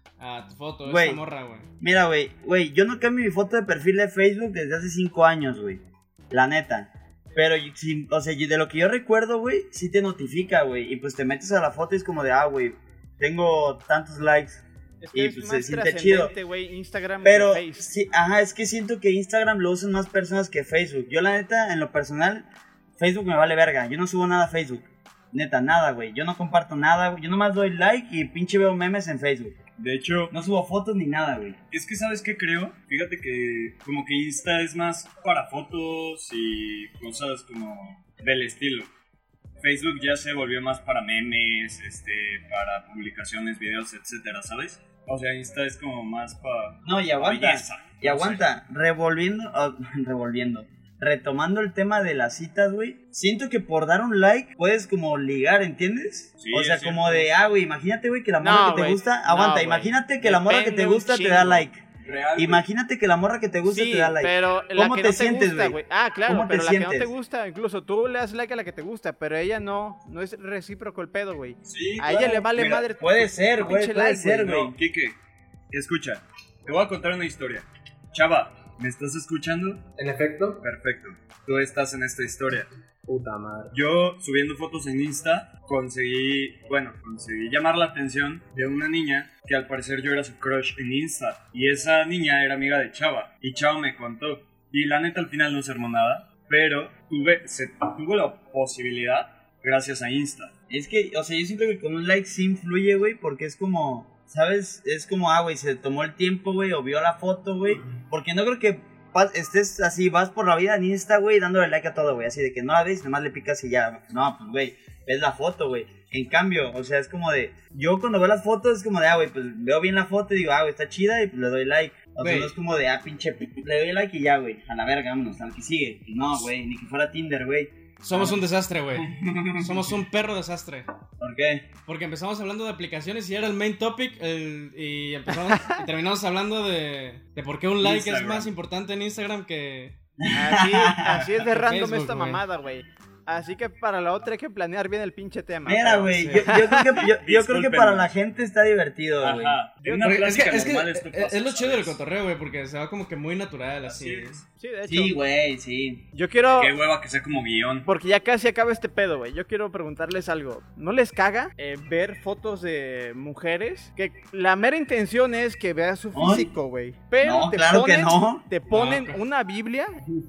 a tu foto, Güey. esta morra, güey. Mira, güey, güey, yo no cambio mi foto de perfil de Facebook desde hace cinco años, güey. La neta. Pero, si, o sea, de lo que yo recuerdo, güey, sí te notifica, güey. Y pues te metes a la foto y es como de, ah, güey, tengo tantos likes. es Y, que es pues, más se siente chido. trascendente, güey, Instagram Pero, que Face. sí, ajá, es que siento que Instagram lo usan más personas que Facebook. Yo, la neta, en lo personal, Facebook me vale verga. Yo no subo nada a Facebook. Neta, nada, güey. Yo no comparto nada, güey. Yo nomás doy like y pinche veo memes en Facebook. De hecho, No subo fotos ni nada, güey. es que ¿sabes qué creo? Fíjate que como que Insta es más para fotos y cosas como del estilo. Facebook ya se volvió más para memes, este, para publicaciones, videos, etcétera, ¿sabes? O sea, Insta es como más para No, y aguanta. belleza. Y aguanta, revolviendo, ah, revolviendo, retomando el tema de las citas, güey. Siento que por dar un like puedes como ligar, ¿entiendes? Sí, o sea, es como cierto. de, ah, güey, imagínate, güey, que la No, morra que te güey. gusta, No, aguanta, güey. imagínate que la morra que te Depende un gusta te da chingo. like. Real, güey. Imagínate que la morra que te gusta Sí, te da like. pero la ¿Cómo que te no te sientes, gusta, güey? güey. Ah, claro, ¿Cómo te pero la que no te sientes? gusta, incluso tú le das like a la que te gusta, pero ella no, no es recíproco el pedo, güey. Sí, A ella claro. le vale Mira, madre. Puede tu- ser, tu güey, pinche puede like, ser, güey. güey. No, Kike, escucha, te voy a contar una historia. Chava, ¿me estás escuchando? En efecto, Perfecto, tú estás en esta historia. puta madre. Yo, subiendo fotos en Insta, conseguí, bueno, conseguí llamar la atención de una niña que al parecer yo era su crush en Insta. Y esa niña era amiga de Chava. Y Chava me contó. Y la neta al final no se armó nada. Pero tuve, se, tuvo la posibilidad gracias a Insta. Es que, o sea, yo siento que con un like sí influye, güey, porque es como, ¿sabes? Es como, ah, güey, se tomó el tiempo, güey, o vio la foto, güey. Porque no creo que pas- estés así, vas por la vida en Insta, güey, dándole like a todo, güey. Así de que no la ves, nomás le picas y ya. No, pues, güey, ves la foto, güey. En cambio, o sea, es como de, yo cuando veo las fotos es como de, ah, güey, pues veo bien la foto y digo, ah, güey, está chida y pues le doy like. O sea, Güey. no es como de, ah, pinche, le doy like y ya, güey, a la verga, vámonos, al que sigue. Y no, güey, ni que fuera Tinder, güey. Somos un desastre, güey. Somos un perro desastre. ¿Por qué? Porque empezamos hablando de aplicaciones y era el main topic el- y empezamos y terminamos hablando de, de por qué un like Instagram. es más importante en Instagram que... Así, así es de random Facebook, esta güey. mamada, güey. Así que para la otra hay que planear bien el pinche tema. Mira, pero- güey, sí. yo, yo creo que, yo, yo creo que para Discúlpenos. la gente está divertido, güey. Ajá. En una Porque es que, plática es, que normal esto es- pasa, es lo chido del ¿sabes? cotorreo, güey, porque se va como que muy natural, Así así. es. Sí, de hecho. Sí, güey, sí. Yo quiero... Qué hueva que sea como guión. Porque ya casi acaba este pedo, güey. Yo quiero preguntarles algo. ¿No les caga eh, ver fotos de mujeres? Que la mera intención es que veas su Ay. físico, güey. Pero No, te claro que ponen, no. te ponen No. una Biblia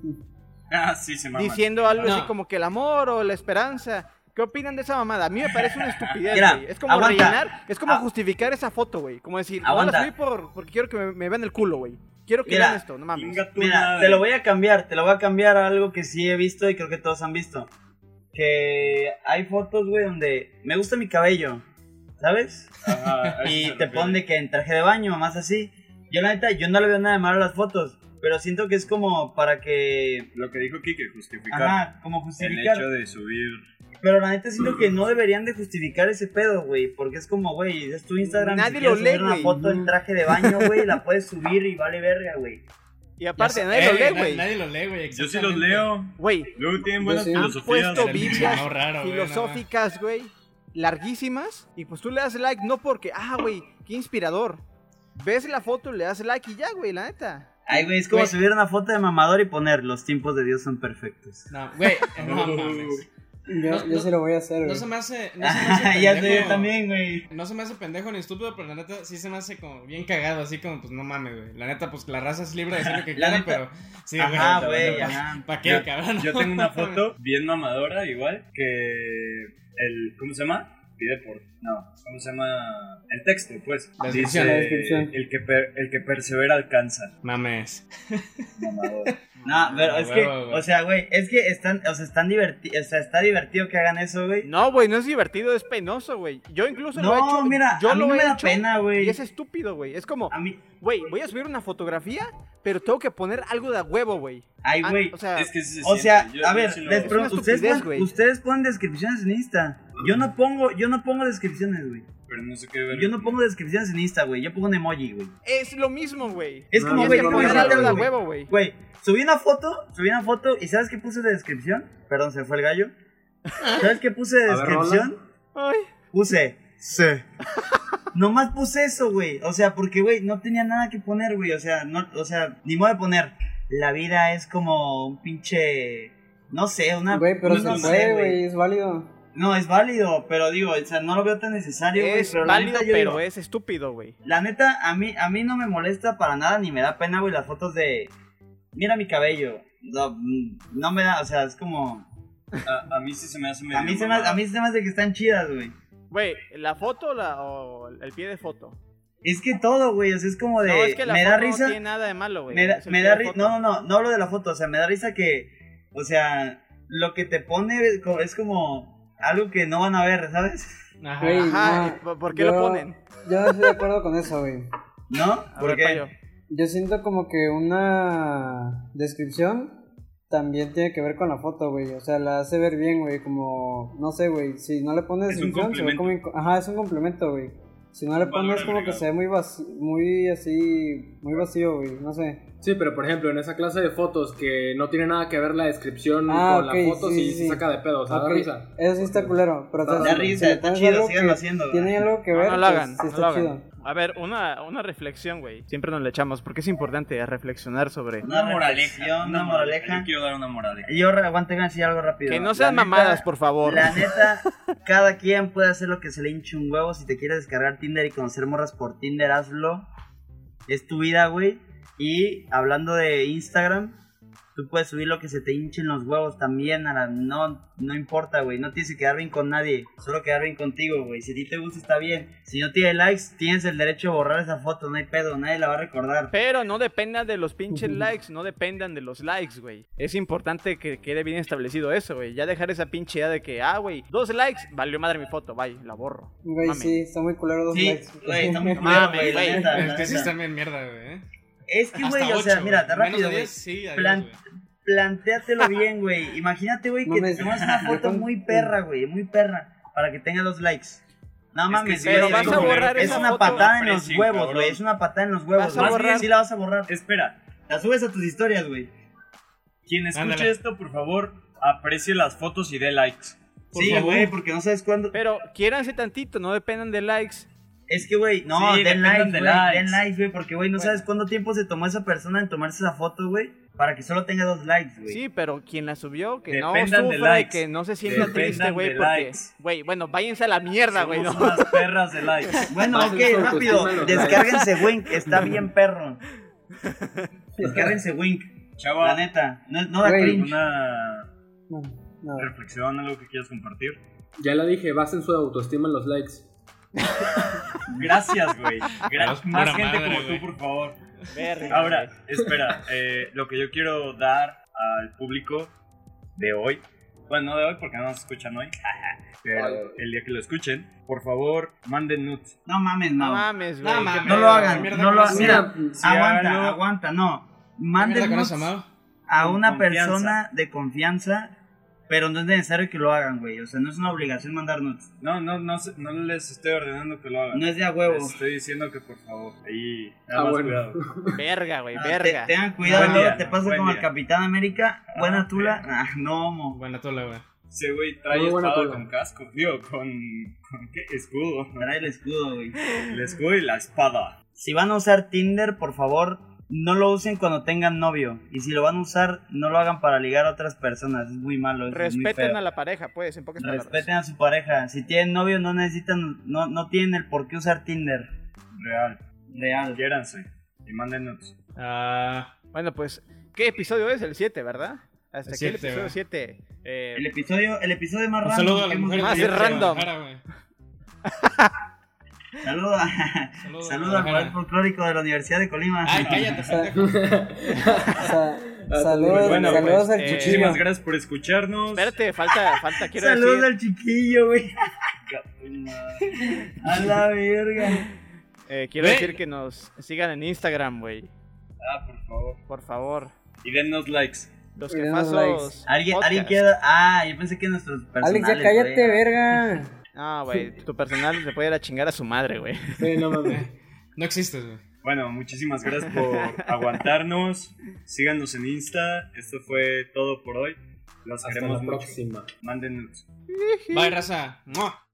Ah, sí, se mama. diciendo algo No. así como que el amor o la esperanza. ¿Qué opinan de esa mamada? A mí me parece una estupidez, Mira, güey. Es como aguanta. rellenar, es como Ah. justificar esa foto, güey. Como decir, no la Aguanta. subí por, porque quiero que me, me vean el culo, güey. Quiero que Mira, vean esto, no mames. Chinga tu Mira, madre. te lo voy a cambiar, te lo voy a cambiar a algo que sí he visto y creo que todos han visto. Que hay fotos, güey, donde me gusta mi cabello, ¿sabes? Ajá, a eso Y se te refiere. ponen de que en traje de baño, más así. Yo la neta, yo no le veo nada de malo a las fotos, pero siento que es como para que... Lo que dijo Kike, justificar Ajá, como el justificar. hecho de subir. Pero la neta siento que no deberían de justificar ese pedo, güey. Porque es como, güey, es tu Instagram. Nadie si quieres lo lee, subir una güey. foto en traje de baño, güey, la puedes subir y vale verga, güey. Y aparte, Ya nadie sé, lo lee, na- güey. Nadie lo lee, güey. Yo sí los exactamente. leo. Güey, Luego tienen Yo buenas sí. han filosofías. puesto del Biblias no, raro, güey, filosóficas, güey, larguísimas. Y pues tú le das like, no porque, ah, güey, qué inspirador. Ves la foto, le das like y ya, güey, la neta. Ay, güey, es como Güey. subir una foto de mamador y poner los tiempos de Dios son perfectos. No, güey, no mames. Yo, No, yo no, sí lo voy a hacer, No güey. se me hace. No se me hace ya sé, yo pendejo. también, güey. No se me hace pendejo ni estúpido, pero la neta sí se me hace como bien cagado, así como, pues no mames, güey. La neta, pues la raza es libre de hacer lo que La quiera, neta- pero sí, Ajá, güey. güey, ¿Para ajá. pa qué, Yo- cabrón? Yo tengo una foto bien mamadora, igual, que el, ¿cómo se llama? Pide por, no, ¿cómo se llama? El texto, pues. La Dice, descripción. La descripción. El que, per- el que persevera alcanza. Mames. Mamador. No, pero Ah, es que, huevo, güey. o sea, güey, es que están, o sea, están divertidos, o sea, está divertido que hagan eso, güey. No, güey, no es divertido, es penoso, güey. Yo incluso lo he No, hecho. mira, yo a mí lo no he me da hecho pena, güey. Y es estúpido, güey. Es como, A mí, güey, voy a subir una fotografía, pero tengo que poner algo de a huevo, güey. ay, Ah, güey. o sea, Es que sí se O sea, siente. Yo- a yo ver, sí lo- les Es pregunto, una ustedes, estupidez, ponen, güey. ustedes ponen descripciones en Insta. Yo no pongo, yo no pongo descripciones, güey. Pero no sé qué ver. Yo no pongo descripciones en Insta, güey. Yo pongo un emoji, güey. es lo mismo, güey. Es No, como, Tienes güey, que ¿cómo poner decirte algo de a algo, güey? huevo, güey. Güey, subí una foto, subí una foto y ¿sabes qué puse de descripción? Perdón, se fue el gallo. ¿Sabes qué puse de A ver, descripción? Ay. Puse sí. Nomás puse eso, güey. O sea, porque, güey, no tenía nada que poner, güey. O sea, no, o sea, ni modo de poner. La vida es como un pinche. No sé, una. Güey, pero no, se no sé, puede, güey, es válido. No, es válido, pero digo, o sea, no lo veo tan necesario, güey. Es Pero la válido, neta, yo pero digo, es estúpido, güey. la neta, a mí, a mí no me molesta para nada, ni me da pena, güey, las fotos de. Mira mi cabello. No, mm, no me da, o sea, es como. A, a mí sí se me hace medio A mí se me, mamada. a mí se me hace que están chidas, güey. Güey, la foto la, o el pie de foto. Es que todo, güey, o sea, es como de. No, es que la me foto da no risa. tiene nada de malo, güey. Me da, Es el me pie da de risa. foto. No, no, no, no hablo de la foto, o sea, me da risa que. O sea, lo que te pone es como algo que no van a ver, ¿sabes? Ajá. Güey, Ajá, no, ¿y por- por qué yo- lo ponen? Yo no estoy de acuerdo con eso, güey. ¿No? A ver, Porque. Payo. Yo siento como que una descripción también tiene que ver con la foto, güey. O sea, la hace ver bien, güey. Como, no sé, güey. Si no le pones Es un descripción, se ve como. inco- Ajá, es un complemento, güey. Si no le Un valor pones, como que agregado. se ve muy vacío, muy así, muy vacío, güey. No sé. Sí, pero por ejemplo, en esa clase de fotos que no tiene nada que ver la descripción Ah, con ok, la foto, sí, sí, sí, se sí. saca de pedo, o sea, da Ok, risa. Eso sí está culero. Pero o sea, Da si- si risa, le está pones chido, algo síganlo que haciendo, Tiene ¿verdad? algo que No, ver, no lo pues, hagan, sí no está lo hagan. chido. A ver, una, una reflexión, güey. Siempre nos le echamos, porque es importante reflexionar sobre... Una Una moraleja. reflexión, una moraleja. Yo quiero dar una moraleja. Yo, re- aguanten así algo rápido. Que no La sean neta- mamadas, por favor. La neta, cada quien puede hacer lo que se le hinche un huevo. Si te quieres descargar Tinder y conocer morras por Tinder, hazlo. Es tu vida, güey. Y hablando de Instagram, tú puedes subir lo que se te hinchen los huevos también. A la, no, no importa, güey. No tienes que quedar bien con nadie. Solo quedar bien contigo, güey. Si a ti te gusta, está bien. Si no tiene likes, tienes el derecho de borrar esa foto. No hay pedo, nadie la va a recordar. Pero no dependan de los pinches likes, no dependan de los likes, güey. Es importante que quede bien establecido eso, güey. Ya dejar esa pinche idea de que, ah, güey, dos likes, valió madre mi foto, bye, la borro. Güey, Mamen. sí, está muy culero dos Sí, likes. güey, está muy Mames, culero, güey. la güey. neta, la Es que sí neta. están bien mierda, güey. ¿eh? Es que, Hasta güey, o sea, ocho, mira, güey. te Menos rápido, de güey. diez, sí, adiós, Plan- güey. Plantéatelo bien, güey. Imagínate, güey, que Mames, te tomas una yo foto con- muy perra, güey, muy perra, para que tenga dos likes. No que mames, sí, güey, pero es vas a como- borrar es esa una foto. patada en los Aprecien, huevos, cabrón. güey. Es una patada en los huevos. Vas a Más borrar- bien, sí la vas a borrar. Espera, La subes a tus historias, güey. quien escuche Ándale. esto, por favor, aprecie las fotos y dé likes. Por Sí, favor. güey, porque no sabes cuándo. Pero quiéranse tantito, no dependan de likes. Es que, güey, no, Sí, den dependan likes, de güey. likes. Den likes, güey, porque, güey, no sabes cuánto tiempo se tomó esa persona en tomarse esa foto, güey, para que solo tenga dos likes, güey. Sí, pero quien la subió, que Dependan no de sufra y likes. que no se sienta Dependan triste, güey, de porque... likes. Güey, bueno, váyanse a la mierda, güey, ¿no? Somos unas perras de likes. Bueno, Bajen ok, su rápido. autoestima en los Descárguense Wink, está bien perro. Descárguense Wink, Chava, la neta. No, no da Güey. cringe. una No, no. reflexión, algo que quieras compartir. Ya la dije, basen su autoestima en los likes. Gracias, güey. Gra- Dios, Más pura gente madre, como güey. tú, por favor. Verga, Ahora, güey. espera, eh, lo que yo quiero dar al público de hoy, bueno, no de hoy porque no nos escuchan hoy, pero el día que lo escuchen, por favor, manden nudes. No mames, No no. mames, güey. No mames. No lo hagan, Mierda no con lo eso. Mira, Sí, aguanta, háganlo. aguanta, no. ¿Qué mierda Manden con nudes eso, Mau? a Con una confianza. persona de confianza, pero no es necesario que lo hagan, güey. O sea, no es una obligación mandar nudes. No, no, no, se- no les estoy ordenando que lo hagan. No es de a huevo. Les estoy diciendo que por favor, ahí, Ah, nada más bueno. cuidado. Verga, güey, Ah, verga. te- tengan cuidado, Buen día, te pasa buen como día. el Capitán América. Buena Ah, tula. ok. Ah, no, homo. Buena tola, güey. Ese güey trae Muy buena espada tula. con casco, digo, con, con ¿qué? Escudo. Trae el escudo, güey. El escudo y la espada. Si van a usar Tinder, por favor, no lo usen cuando tengan novio. Y si lo van a usar, no lo hagan para ligar a otras personas. Es muy malo. Es muy Respeten feo. a la pareja, pues, en pocas palabras. Respeten a su pareja. Si tienen novio, no necesitan, no, no tienen el por qué usar Tinder. Real. Real. Quiéranse. Y mándenos. Ah, Bueno, pues, ¿qué episodio es? El siete, ¿verdad? Hasta El aquí el siete, episodio güey. siete. Eh, El episodio, el episodio más un random. saludo a que las hemos mujeres Más de hecho. random. Guadalajara, güey. Saludo a, Saludos, saludo al Guadalajara. poder folclórico de la Universidad de Colima. Ay, cállate, pendejo. Sa- saludos, Bueno, saludos pues, al eh, chiquillo. Muchísimas gracias por escucharnos. espérate, falta, falta, quiero Saludos decir... al chiquillo, güey. A la verga. eh, quiero Ve. decir que nos sigan en Instagram, güey. Ah, por favor. Por favor. Y dennos likes. Los Y denos jefazos. ¿Alguien, podcast. ¿Alguien quiere? Ah, yo pensé que nuestros personales. Alex, ya cállate, güey. verga. Ah, güey, tu personal se puede ir a chingar a su madre, güey. Sí, no mames. No existes, güey. Bueno, muchísimas gracias por aguantarnos. Síganos en Insta. Esto fue todo por hoy. Los Hasta queremos la mucho. próxima. Mándenos. Bye, raza. ¡Mua!